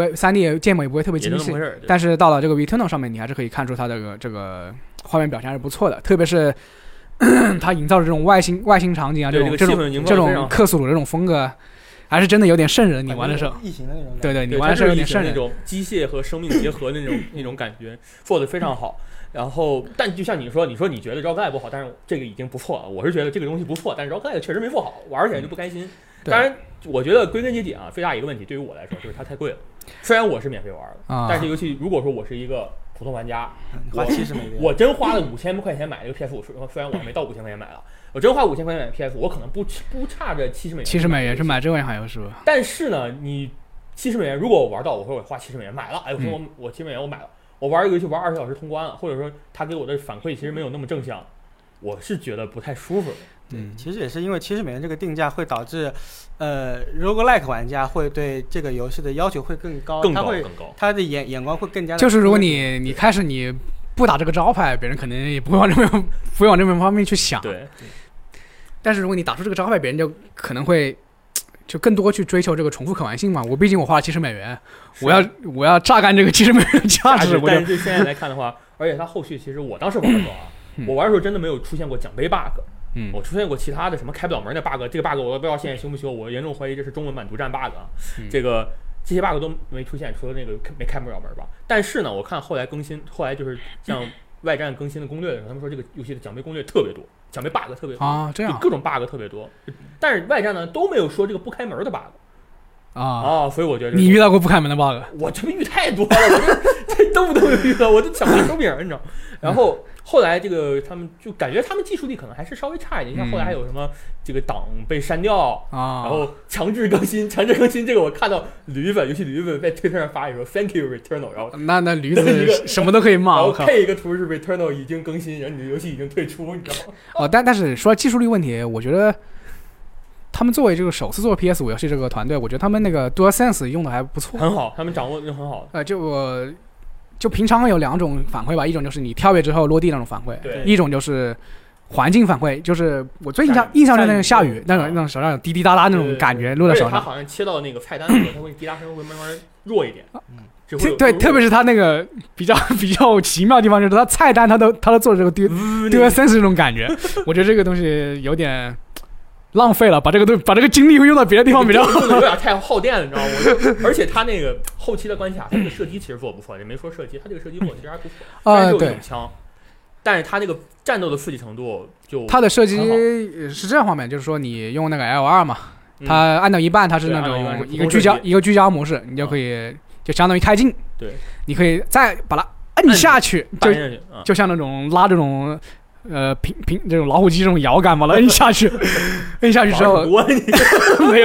3D 建模也不会特别精细，但是到了这个 Returnal 上面，你还是可以看出它的这个画面表现还是不错的，特别是它营造的这种外星场景啊，这种克苏鲁这种风格，还是真的有点瘆人。你玩的时候， 异形的那种， 对，你玩的时候有点瘆人， 那种机械和生命结合的那种感觉，做的非常好。然后，但就像你说你觉得 Roguelike 不好，但是这个已经不错了。我是觉得这个东西不错，但是 Roguelike 确实没做好，玩起来就不开心。当然，我觉得归根结底啊，最大一个问题对于我来说就是它太贵了。虽然我是免费玩的，但是游戏如果说我是一个普通玩家， 花70美元， 我真花了5000块钱买了一个 PS5，虽然我没到5000块钱买了，我真花5000块钱买 PS5，我可能不差这70美元。 70美元是买这款游戏是吧？ 但是呢，你70美元，如果我玩到，我说我花70美元买了，哎，我说我70美元我买了。我玩一个游戏玩20小时通关了，或者说他给我的反馈其实没有那么正向，我是觉得不太舒服。 其实也是因为70美元这个定价会导致，roguelike 玩家会对这个游戏的要求会更高，他的眼光会更加。 就是如果你开始你不打这个招牌，别人可能也不会往这边方面去想。 对。 但是如果你打出这个招牌，别人就可能会。就更多去追求这个重复可玩性嘛，我毕竟我花了70美元，我要榨干这个70美元的价值。 但是现在来看的话，而且它后续其实我当时玩的时候啊，我玩的时候真的没有出现过奖杯 bug，我出现过其他的什么开不了门的 bug， 这个 bug 我不知道现在修不修，我严重怀疑这是中文版独占 bug 啊，这些 bug 都没出现，除了那个没开不了门吧。但是呢，我看后来更新，后来就是像外战更新的攻略的时候，他们说这个游戏的奖杯攻略特别多。奖杯 bug 特别多啊，这样各种 bug 特别多，但是外战呢都没有说这个不开门的 bug 所以我觉得你遇到过不开门的 bug， 我这遇太多了，我这动不动就遇到，我都抢不出手柄，你知道。然后后来这个他们就感觉他们技术力可能还是稍微差一点，像后来还有什么这个档被删掉然后强制更新这个我看到游戏驴子在推特上发一说 Thank you Returnal， 然后那驴子什么都可以骂， 然后配一个图是 Returnal 已经更新，然后你的游戏已经退出，你知道吗？ 但是说技术力问题，我觉得他们作为这个首次做 PS5 游戏这个团队，我觉得他们那个 DualSense 用的还不错， 很好，他们掌握的很好。 就平常有2种反馈吧，一种就是你跳跃之后落地那种反馈，一种就是环境反馈，就是我最印象中那个下雨那种手上有滴滴答答那种感觉落在手上。 它好像切到那个菜单的时候，它会滴答声会慢慢弱一点。 对，特别是它那个比较奇妙的地方，就是它菜单它都做这个DualSense这种感觉，我觉得这个东西有点。浪费了，把这个精力用到别的地方比较好， 有点太耗电了，你知道吗？而且他那个后期的关卡，他这个射击其实做不错，也没说射击，他这个射击做的其实还不错。虽然有影枪，但是他那个战斗的刺激程度就他的射击是这样方面，就是说你用那个 L2 嘛，它按到一半，它是那种一个聚焦模式，你就可以就相当于开镜， 对， 你可以再把它摁下去，就像那种拉这种。平这种老虎机这种摇杆把它摁下去，摁下去之后，没有，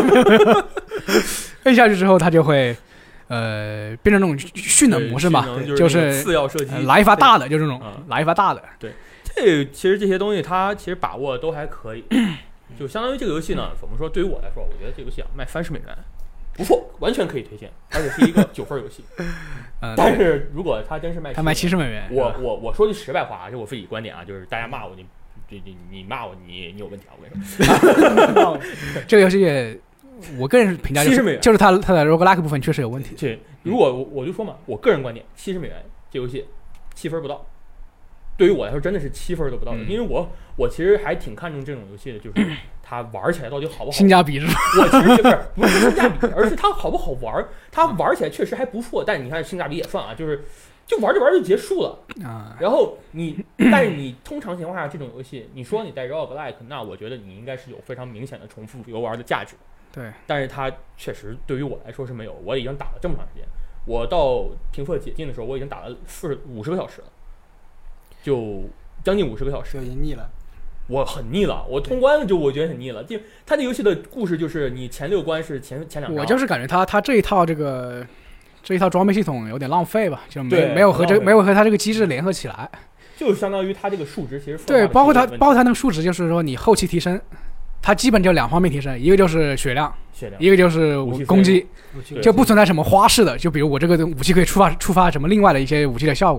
摁下去之后它就会变成那种训的模式嘛，就是次要射击， 来一发大的，就这种来一发大的。 对，其实这些东西它其实把握都还可以，就相当于这个游戏呢，怎么说？对于我来说，我觉得这个游戏卖30美元。不错，完全可以推荐，而且是一个9分游戏。但是如果它真是卖 70美元， 我说句实在话，就我自己观点啊，就是大家骂我，你骂我，你有问题啊！我跟你说， 这个游戏我个人评价 70美元， 就是它的 roguelike 部分确实有问题。 对，如果我就说嘛，我个人观点，70美元这游戏7分不到。对于我来说，真的是7分都不到的，因为我其实还挺看重这种游戏的，就是它玩起来到底好不好， 性价比是吧？ 我其实不是性价比，而是它好不好玩。它玩起来确实还不错，但是你看性价比也算啊，就玩着玩就结束了啊。然后但是你通常情况下这种游戏，你说你带 roguelike， 那我觉得你应该是有非常明显的重复游玩的价值。 对， 但是它确实对于我来说是没有。我已经打了这么长时间，我到评测解禁的时候，我已经打了50个小时了。就将近50个小时， 就已经腻了。 我很腻了，我通关就我觉得很腻了。就他这游戏的故事就是你前6关是前2章。 我就是感觉他这一套装备系统有点浪费吧，就没有和他这个机制联合起来。 就相当于他这个数值其实对，包括他那个数值，就是说你后期提升，它基本就2方面提升，一个就是血量，一个就是攻击，就不存在什么花式的。就比如我这个武器可以触发什么另外的一些武器的效果。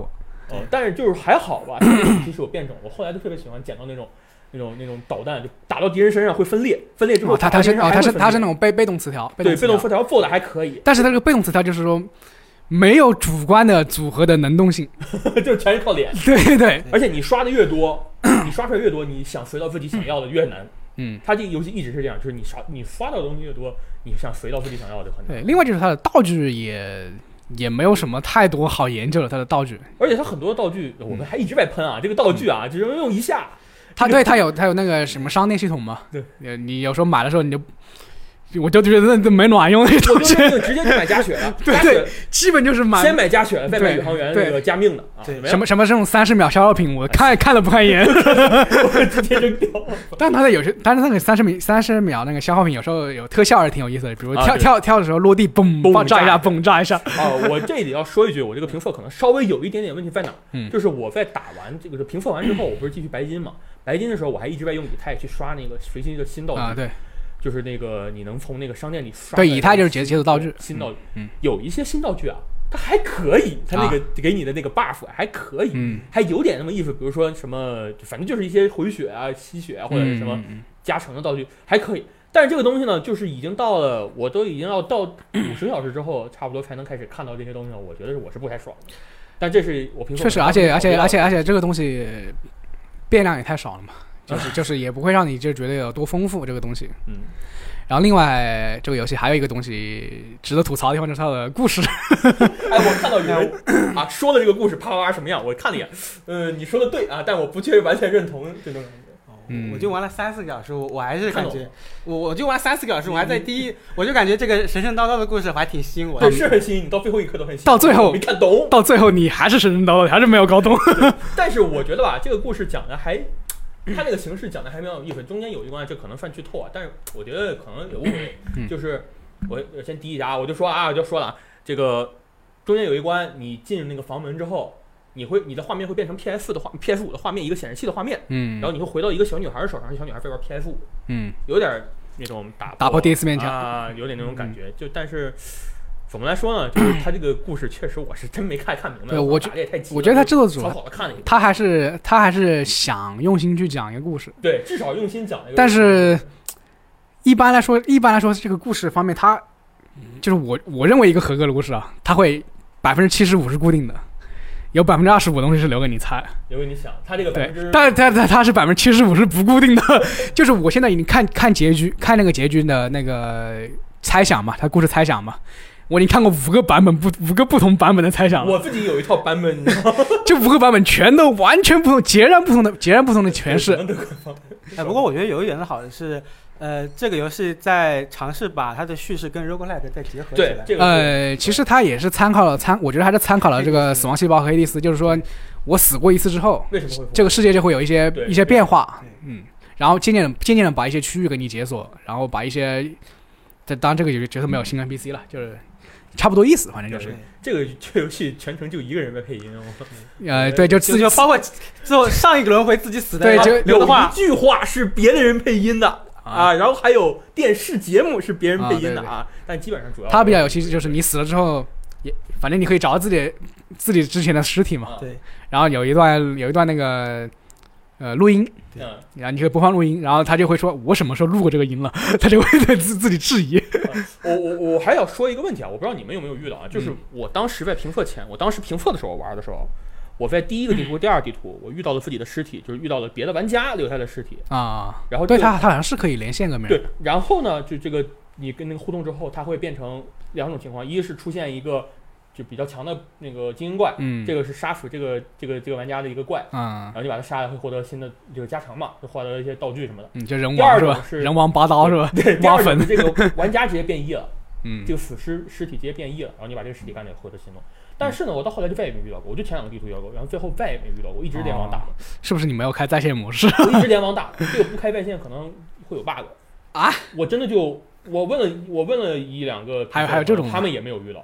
但是就是还好吧，其实有变种，我后来就特别喜欢捡到那种导弹，就打到敌人身上会分裂之后， 它是那种被动词条， 对，被动词条做的还可以， 但是它这个被动词条就是说没有主观的组合的能动性， 就全是靠脸。 对， 而且你刷的越多，你刷出来越多，你想随到自己想要的越难。它这个游戏一直是这样，就是你刷到的东西越多，你想随到自己想要的就很难。 对，另外就是它的道具也没有什么太多好研究的，它的道具， 而且它很多道具我们还一直在喷啊，这个道具啊，只能用一下。 它有那个什么商店系统嘛？ 对， 你有时候买的时候我就觉得那没卵用那东西， 直接就买加血了。 对，基本就是先买加血了，再买宇航员那个加命的啊。 什么这种30秒消耗品，我看了不看一眼， 我直接扔掉。 但是那个30秒那个消耗品有时候有特效，还是挺有意思的，比如跳的时候落地嘣炸一下，嘣炸一下。 我这里要说一句，我这个评测可能稍微有一点点问题在哪？就是我在打完这个评测完之后，我不是继续白金嘛？白金的时候，我还一直在用以太去刷那个随机的新道具啊，对。 就是那个你能从那个商店里刷， 对，以太就是解锁道具， 新道具，有一些新道具啊，它还可以，它那个给你的那个 buff 还可以，还有点那么意思，比如说什么，反正就是一些回血啊、吸血啊，或者是什么加成的道具还可以。但是这个东西呢，就是已经到了，我都已经要到50小时之后，差不多才能开始看到这些东西了。我觉得我是不太爽的，但这是我平时确实，而且这个东西变量也太少了嘛。就是也不会让你就觉得有多丰富这个东西，然后另外这个游戏还有一个东西值得吐槽的地方，就是它的故事。 我看到有人啊说了这个故事啪啪啪什么样，我看了一眼，你说的对啊，但我不确完全认同这种感觉。 我就玩了3-4个小时，我还是感觉，我就玩3-4个小时，我还在我就感觉这个神神叨叨的故事还挺吸引我的。 对，是很吸引你，到最后一刻都很吸引。 到最后没看懂， 到最后你还是神神叨叨，还是没有搞懂。 但是我觉得吧，这个故事讲的还。他那个形式讲的还蛮有意思，中间有一关这可能算剧透啊，但是我觉得可能有误会。就是我先提一下啊，我就说了啊，这个中间有一关，你进那个房门之后，你的画面会变成 PS5 的画面，一个显示器的画面，然后你会回到一个小女孩手上，小女孩在玩 PS5，有点那种打破第一次面墙啊，有点那种感觉，就但是。怎么来说呢？就是他这个故事确实我是真没看明白。 对，我觉得他制作组他还是想用心去讲一个故事。 对，至少用心讲一个故事。 但是一般来说这个故事方面，它就是我认为一个合格的故事啊，它会75%是固定的，有25%的东西是留给你猜， 留给你想。他这个对，但它是75%是不固定的，就是我现在已经看结局，看那个结局的那个猜想嘛，它故事猜想嘛。我已经看过5个不同版本的猜想了。 我自己有一套版本，你知道吗？ 这5个版本全都完全不同，截然不同的诠释。 不过我觉得有一点好的是，这个游戏在尝试把它的叙事跟 roguelike 再结合起来。 对， 其实它也是我觉得还是参考了这个死亡细胞和黑蒂斯，就是说我死过一次之后， 为什么会这个世界就会有一些变化，然后渐渐的把一些区域给你解锁，然后把一些，当然这个角色没有新 NPC 了，就是差不多意思，反正就是这个游戏全程就一个人在配音对，就自己包括最后上一个轮回自己死的， 对，就有一句话是别的人配音的啊，然后还有电视节目是别人配音的啊，但基本上主要它比较有趣，就是你死了之后，反正你可以找到自己之前的尸体嘛， 对， 然后有一段那个录音。然后你可以播放录音，然后他就会说我什么时候录过这个音了，他就会对自己质疑。 我还要说一个问题啊，我不知道你们有没有遇到啊，就是我当时在评测前，我当时评测的时候玩的时候，我在第一个地图、第二地图，我遇到了自己的尸体，就是遇到了别的玩家留下的尸体啊。 然后对他好像是可以连线跟别人。 对，然后呢，就这个你跟那个互动之后，它会变成2种情况，一是出现一个。就比较强的那个精英怪，这个是杀死这个玩家的一个怪，然后你把它杀了会获得新的这个加成嘛，就获得一些道具什么的。 就人王是吧？人王拔刀是吧？ 对，第二种是这个玩家直接变异了，这个死尸体直接变异了，然后你把这个尸体干掉获得新的。但是呢，我到后来就再也没遇到过，我就前2个地图遇到过，然后最后再也没遇到过，我一直联网打的。 是不是你没有开在线模式？ 我一直联网打的，这个不开在线可能会有 bug 啊！ 我真的就我问了1-2个， 还有这种， 他们也没有遇到。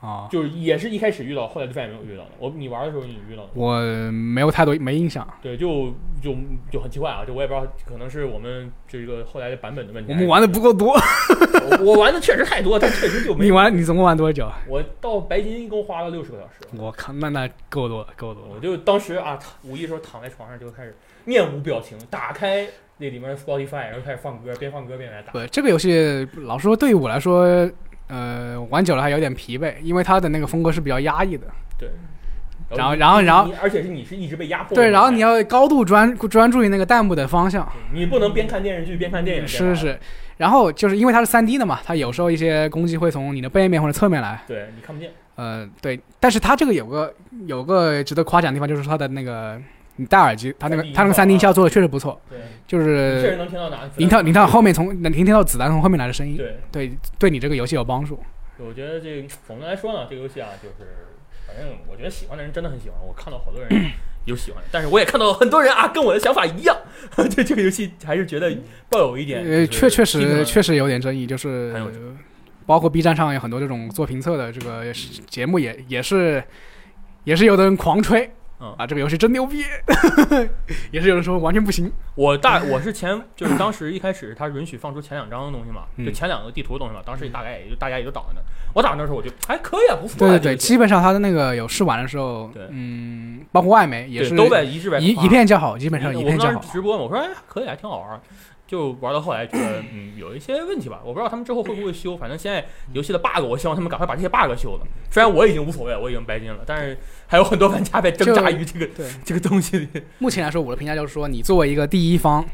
哦， 就是也是一开始遇到，后来就再也没有遇到了。你玩的时候你遇到了？ 我没有太多没印象。 对，就很奇怪啊，我也不知道，可能是我们这个后来的版本的问题。 我们玩的不够多， 我玩的确实太多，但确实就没。 你总共玩多久？ 我到白金一共花了60个小时。 我靠，那够多了。 我就当时啊，午夜时候躺在床上就开始面无表情，打开那里面的 Spotify， 然后开始放歌，边放歌边来打。 不，这个游戏老实说对于我来说。玩久了还有点疲惫，因为它的那个风格是比较压抑的。 对。 然后， 而且你是一直被压迫。 对，然后你要高度专注于那个弹幕的方向。 你不能边看电视剧边看电影。 是。然后就是因为它是3D 的嘛，它有时候一些攻击会从你的背面或者侧面来。 对，你看不见。 对，但是它这个有个值得夸奖的地方，就是它的那个。你戴耳机，它那个3D 音效做的确实不错， 对， 就是确实能听到哪， 你听后面能听到子弹从后面来的声音， 对你这个游戏有帮助。 我觉得这总的来说呢，这个游戏啊，就是反正我觉得喜欢的人真的很喜欢，我看到好多人有喜欢的，但是我也看到很多人啊跟我的想法一样，对这个游戏还是觉得抱有一点， 确实有点争议，就是包括 B 站上有很多这种做评测的这个节目也是有的人狂吹。这个游戏真牛逼，也是有人说完全不行。我是就是当时一开始他允许放出前2章的东西嘛，就前2个地图的东西嘛，当时大家也就打着呢。我打的时候我就还可以啊，不错。 对，基本上他的那个有试玩的时候，包括外媒也是都在一致一片叫好，基本上一片叫好。 我们当时直播我说可以，还挺好玩。就玩到后来觉得有一些问题吧，我不知道他们之后会不会修。反正现在游戏的 bug， 我希望他们赶快把这些 bug 修了。虽然我已经无所谓，我已经白金了，但是还有很多玩家在挣扎于这个东西里。 目前来说，我的评价就是说，你作为一个第一方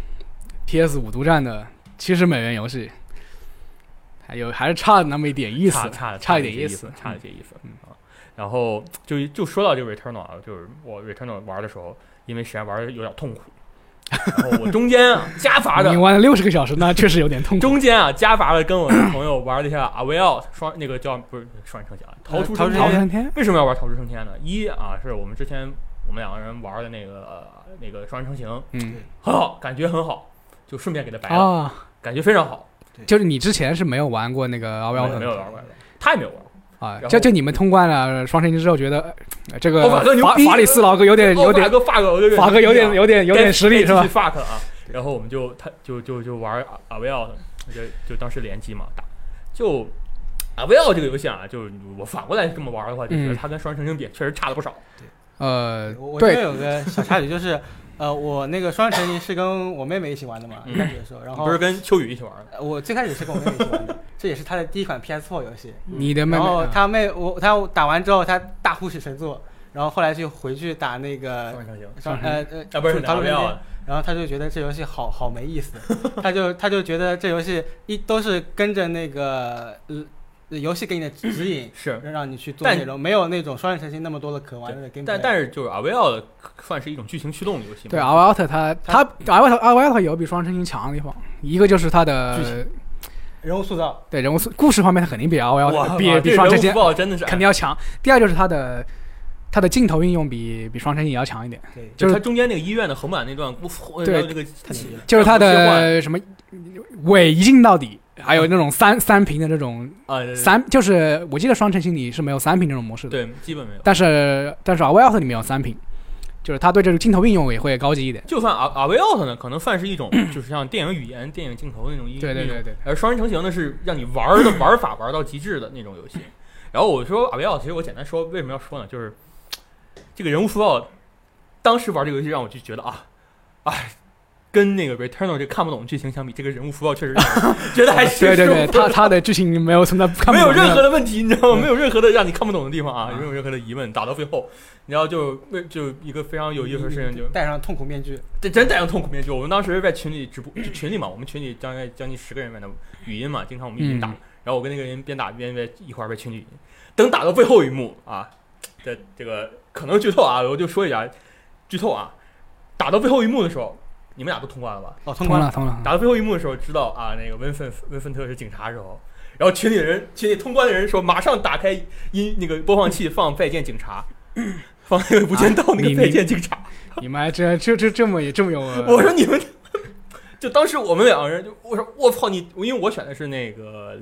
PS5 独占的70美元游戏，还是差那么一点意思，差一点意思。然后就说到这个 Returnal 啊，就是我 Returnal 玩的时候，因为实在玩的有点痛苦。然后我中间啊加法的， 你玩了60个小时，那确实有点痛苦。 中间啊加法的跟我的朋友玩了一下 A Way Out 那个叫不是双人成行，逃出升天。为什么要玩逃出升天呢？一啊是我们之前我们2个人玩的那个双人成行，很好，感觉很好，就顺便给他白了，感觉非常好。 就是你之前是没有玩过那个 A Way Out， 没有玩过，他也没有玩过。 就你们通关了双城行之后，觉得这个法里斯劳哥有点法哥有点实力是吧？ fuck 啊！然后我们就玩 A Way Out， 就当时联机嘛打，就 A Way Out 这个游戏啊，就我反过来这么玩的话，就觉得它跟双城行比确实差了不少。 我这边有个小插曲就是。我那个双人成行是跟我妹妹一起玩的嘛，一开始的时候，然后不是跟秋雨一起玩的。 我最开始是跟我妹妹一起玩的，这也是她的第一款 PS4 游戏。 你的妹妹？ 然后她打完之后，她大呼起神作，然后后来就回去打那个不是逃出升天， 然后她就觉得这游戏好没意思，她就觉得这游戏都是跟着那个。游戏给你的指引是让你去做内容，没有那种双人成行那么多的可玩的 gameplay。 但是就是 A Way Out 算是一种剧情驱动的游戏。 对 A Way Out 它 A Way Out 有比双人成行强的地方，一个就是它的人物塑造， 对故事方面它肯定比 A Way Out 比双人成行真的是肯定要强。第二就是它的镜头运用比双人成行也要强一点， 对，就是它中间那个医院的横版那段， 对， 那个就是它的什么尾一镜到底。还有那种三屏的这种就是我记得双城行里是没有3屏这种模式的， 对，基本没有。 但是 A Way Out 里面有3屏，就是它对这个镜头运用也会高级一点。 就算 A Way Out 呢，可能算是一种就是像电影语言、电影镜头那种运用。 对。 而双人成行呢是让你玩法玩到极致的那种游戏。然后我说 A Way Out， 其实我简单说为什么要说呢？就是这个人物塑造，当时玩这个游戏让我就觉得跟那个 Returnal 这看不懂剧情相比，这个人物符号确实觉得还是对，他的剧情没有存在看不懂， 没有任何的问题，你知道吗？没有任何的让你看不懂的地方啊，没有任何的疑问。打到最后，然后就一个非常有意思的事情，就戴上痛苦面具， 真戴上痛苦面具。我们当时在群里直播，就群里嘛，我们群里将近10个人在那语音嘛，经常我们语音打，然后我跟那个人边打边在一块儿在群里语音。等打到最后一幕啊，这个可能剧透啊，我就说一下剧透啊，打到最后一幕的时候。你们俩都通关了吧？ 通关了。 打到最后一幕的时候，知道啊，那个温芬特是警察的时候，然后群里通关的人说，马上打开那个播放器放再见警察，放那个无间道那个再见警察。 你们还这么有？ 我说你们，就当时我们2个人就我说我操你，因为我选的是那个 Leo，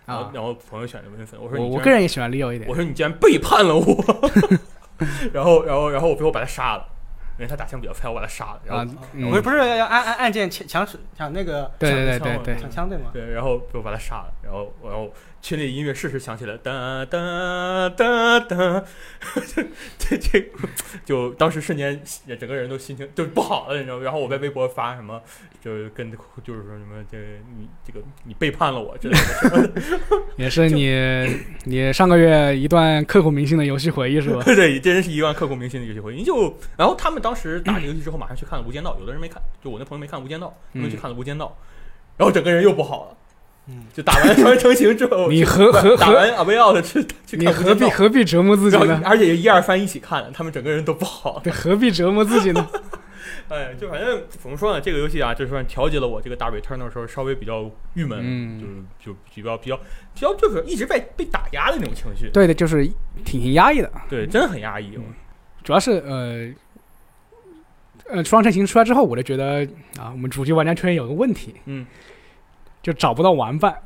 然后朋友选的文粉，我说我个人也喜欢 Leo 一点， 我说你竟然背叛了我，然后我最后把他杀了。因为他打枪比较快，我把他杀了。然后我不是要按键抢那个对抢枪对吗？ 对，然后我把他杀了，然后群里音乐适时响起来，哒哒哒哒，这就当时瞬间整个人都心情就不好了，你知道吗？然后我在微博发什么，就是说什么你背叛了我之类的什么的。 也是你上个月一段刻骨铭心的游戏回忆是吧？ 对，真是一段刻骨铭心的游戏回忆。然后他们当时打这个游戏之后，马上去看了《无间道》，有的人没看，就我那朋友没看《无间道》，他们去看了《无间道》，然后整个人又不好了。就打完双人成行之后， 你打完阿贝奥的去你何必折磨自己呢？ 而且1、2番一起看了，他们整个人都不好。 对，何必折磨自己呢？ 哎，就反正怎么说呢，这个游戏啊，就算调节了我这个打 Return 的时候稍微比较郁闷，就比较就是一直被打压的那种情绪。 对的，就是挺压抑的。 对，真的很压抑。 主要是双人成行出来之后，我就觉得啊，我们主机玩家圈有个问题，就找不到玩伴。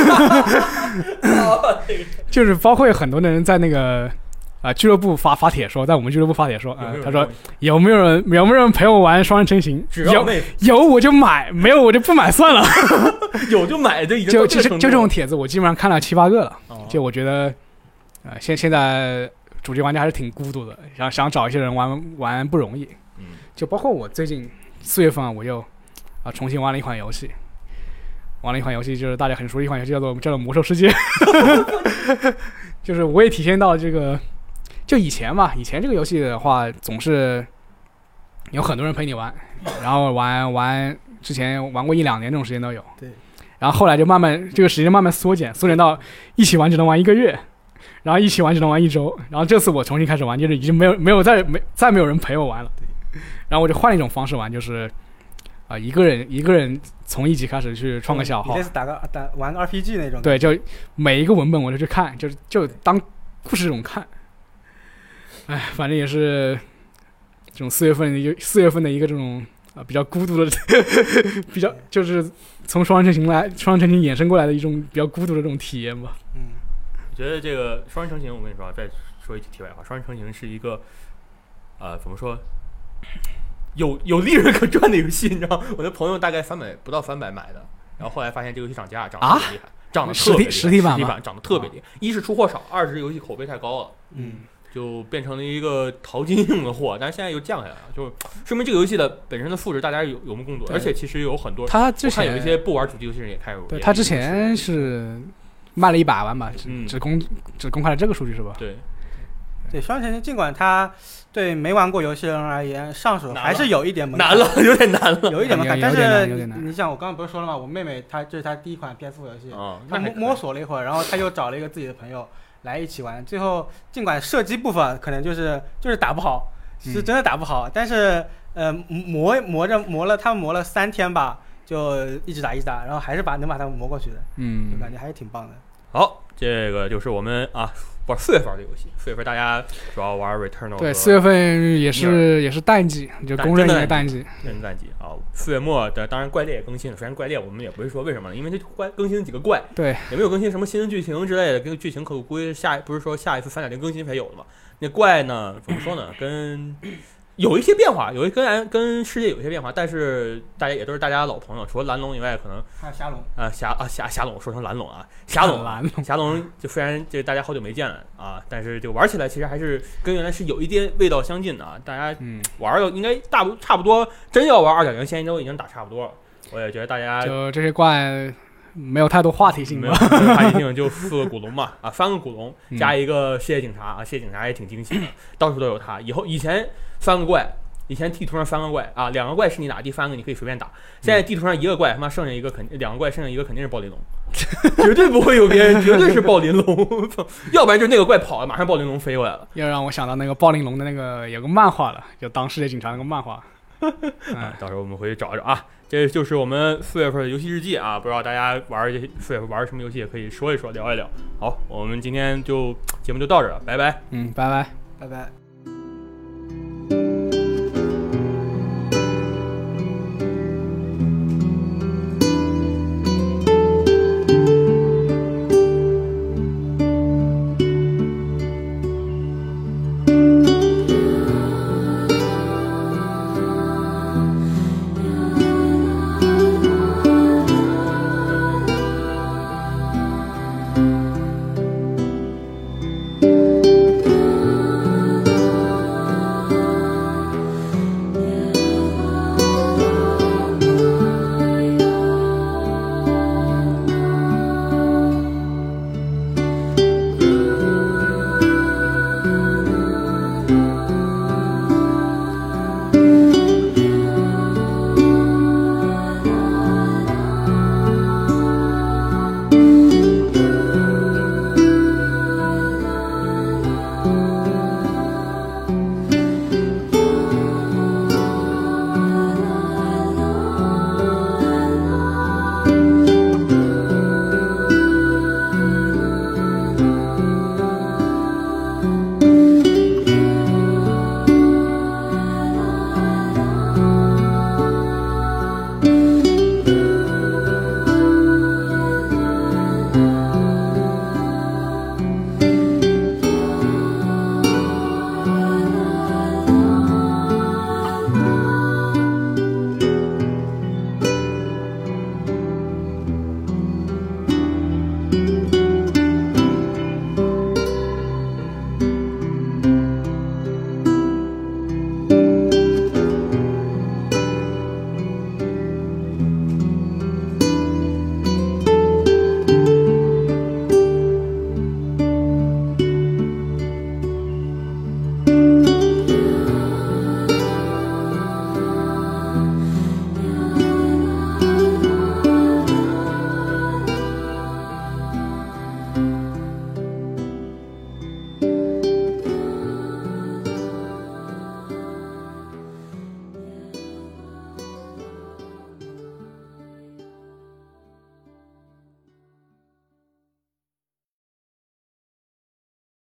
就是包括有很多的人在那个俱乐部发帖说，在我们俱乐部发帖说，他说有没有人陪我玩双人成行？有我就买，没有我就不买算了。 有就买，就已经就这种帖子，我基本上看了7、8个了。就我觉得，现在主机玩家还是挺孤独的，想找一些人玩不容易。就包括我最近4月份我又重新玩了一款游戏，就是大家很熟悉一款游戏，叫做《魔兽世界》。就是我也体现到这个，就以前这个游戏的话，总是有很多人陪你玩，然后玩之前玩过1、2年这种时间都有。 对。然后后来就这个时间慢慢缩减到一起玩只能玩1个月，然后一起玩只能玩1周，然后这次我重新开始玩，就是已经再没有人陪我玩了。然后我就换了一种方式玩，就是一个人从1级开始去创个小号， 你这是玩个 RPG 那种。 对，就每一个文本我就去看，就当故事这种看。哎，反正也是这种4月份的一个这种比较孤独的，比较就是从双人成行衍生过来的一种比较孤独的这种体验吧。 我觉得这个双人成行，我跟你说，再说一句题外话，双人成行是一个怎么说？有利润可赚的游戏，你知道？我的朋友大概不到300买的，然后后来发现这个游戏涨价，涨得特别厉害，涨得特别厉害， 实体版涨得特别厉害。一是出货少，二是游戏口碑太高了，就变成了一个淘金用的货，但是现在又降下来了，就说明这个游戏的本身的素质大家有目共睹，而且其实有很多， 他之前我看有一些不玩主机游戏人也开始， 对，他之前是卖了100万吧，只公开了这个数据是吧？ 对，双人成行尽管它对没玩过游戏的人而言上手还是有一点门槛， 难了，有点难了， 有一点门槛。但是你想，我刚刚不是说了吗？我妹妹这是她第一款 PS4 游戏，她摸索了一会儿，然后她又找了一个自己的朋友来一起玩。最后尽管射击部分可能就是打不好，是真的打不好，但是磨了3天吧，就一直打，然后还是能把它磨过去的，就感觉还是挺棒的。 好，这个就是我们玩4月份的游戏，4月份大家主要玩 Returnal。对 ，4月份也是淡季，就公认的淡季。 淡季啊！4月末的当然怪猎也更新了，虽然怪猎我们也不会说为什么了，因为它更新了几个怪， 对， 也没有更新什么新的剧情之类的，跟剧情可估计不是说下一次3.0更新才有的嘛。那怪呢，怎么说呢？跟有一些变化，跟世界有一些变化，但是大家也都是大家老朋友，除了蓝龙以外，可能还有霞龙霞龙，我说成蓝龙啊，霞龙就虽然这大家好久没见了啊，但是这个玩起来其实还是跟原来是有一点味道相近的啊。大家玩应该差不多，真要玩2.0，现在都已经打差不多了。我也觉得大家就这些怪没有太多话题性， 没有话题性，就4个古龙嘛，3个古龙加一个世界警察啊，世界警察也挺惊喜的，到处都有他。以前3个怪，以前地图上3个怪啊，2个怪是你打，第3个你可以随便打。现在地图上1个怪，他妈剩下一个2个怪，剩下一个肯定是暴鳞龙，绝对不会有别人，绝对是暴鳞龙，要不然就那个怪跑了，马上暴鳞龙飞过来了。 又让我想到那个暴鳞龙的那个有个漫画了，就当世界警察那个漫画。 到时候我们回去找找啊。这就是我们4月份的游戏日记啊，不知道大家4月份玩什么游戏，也可以说一说，聊一聊。好，我们今天节目就到这儿了，拜拜。 拜拜， 拜拜。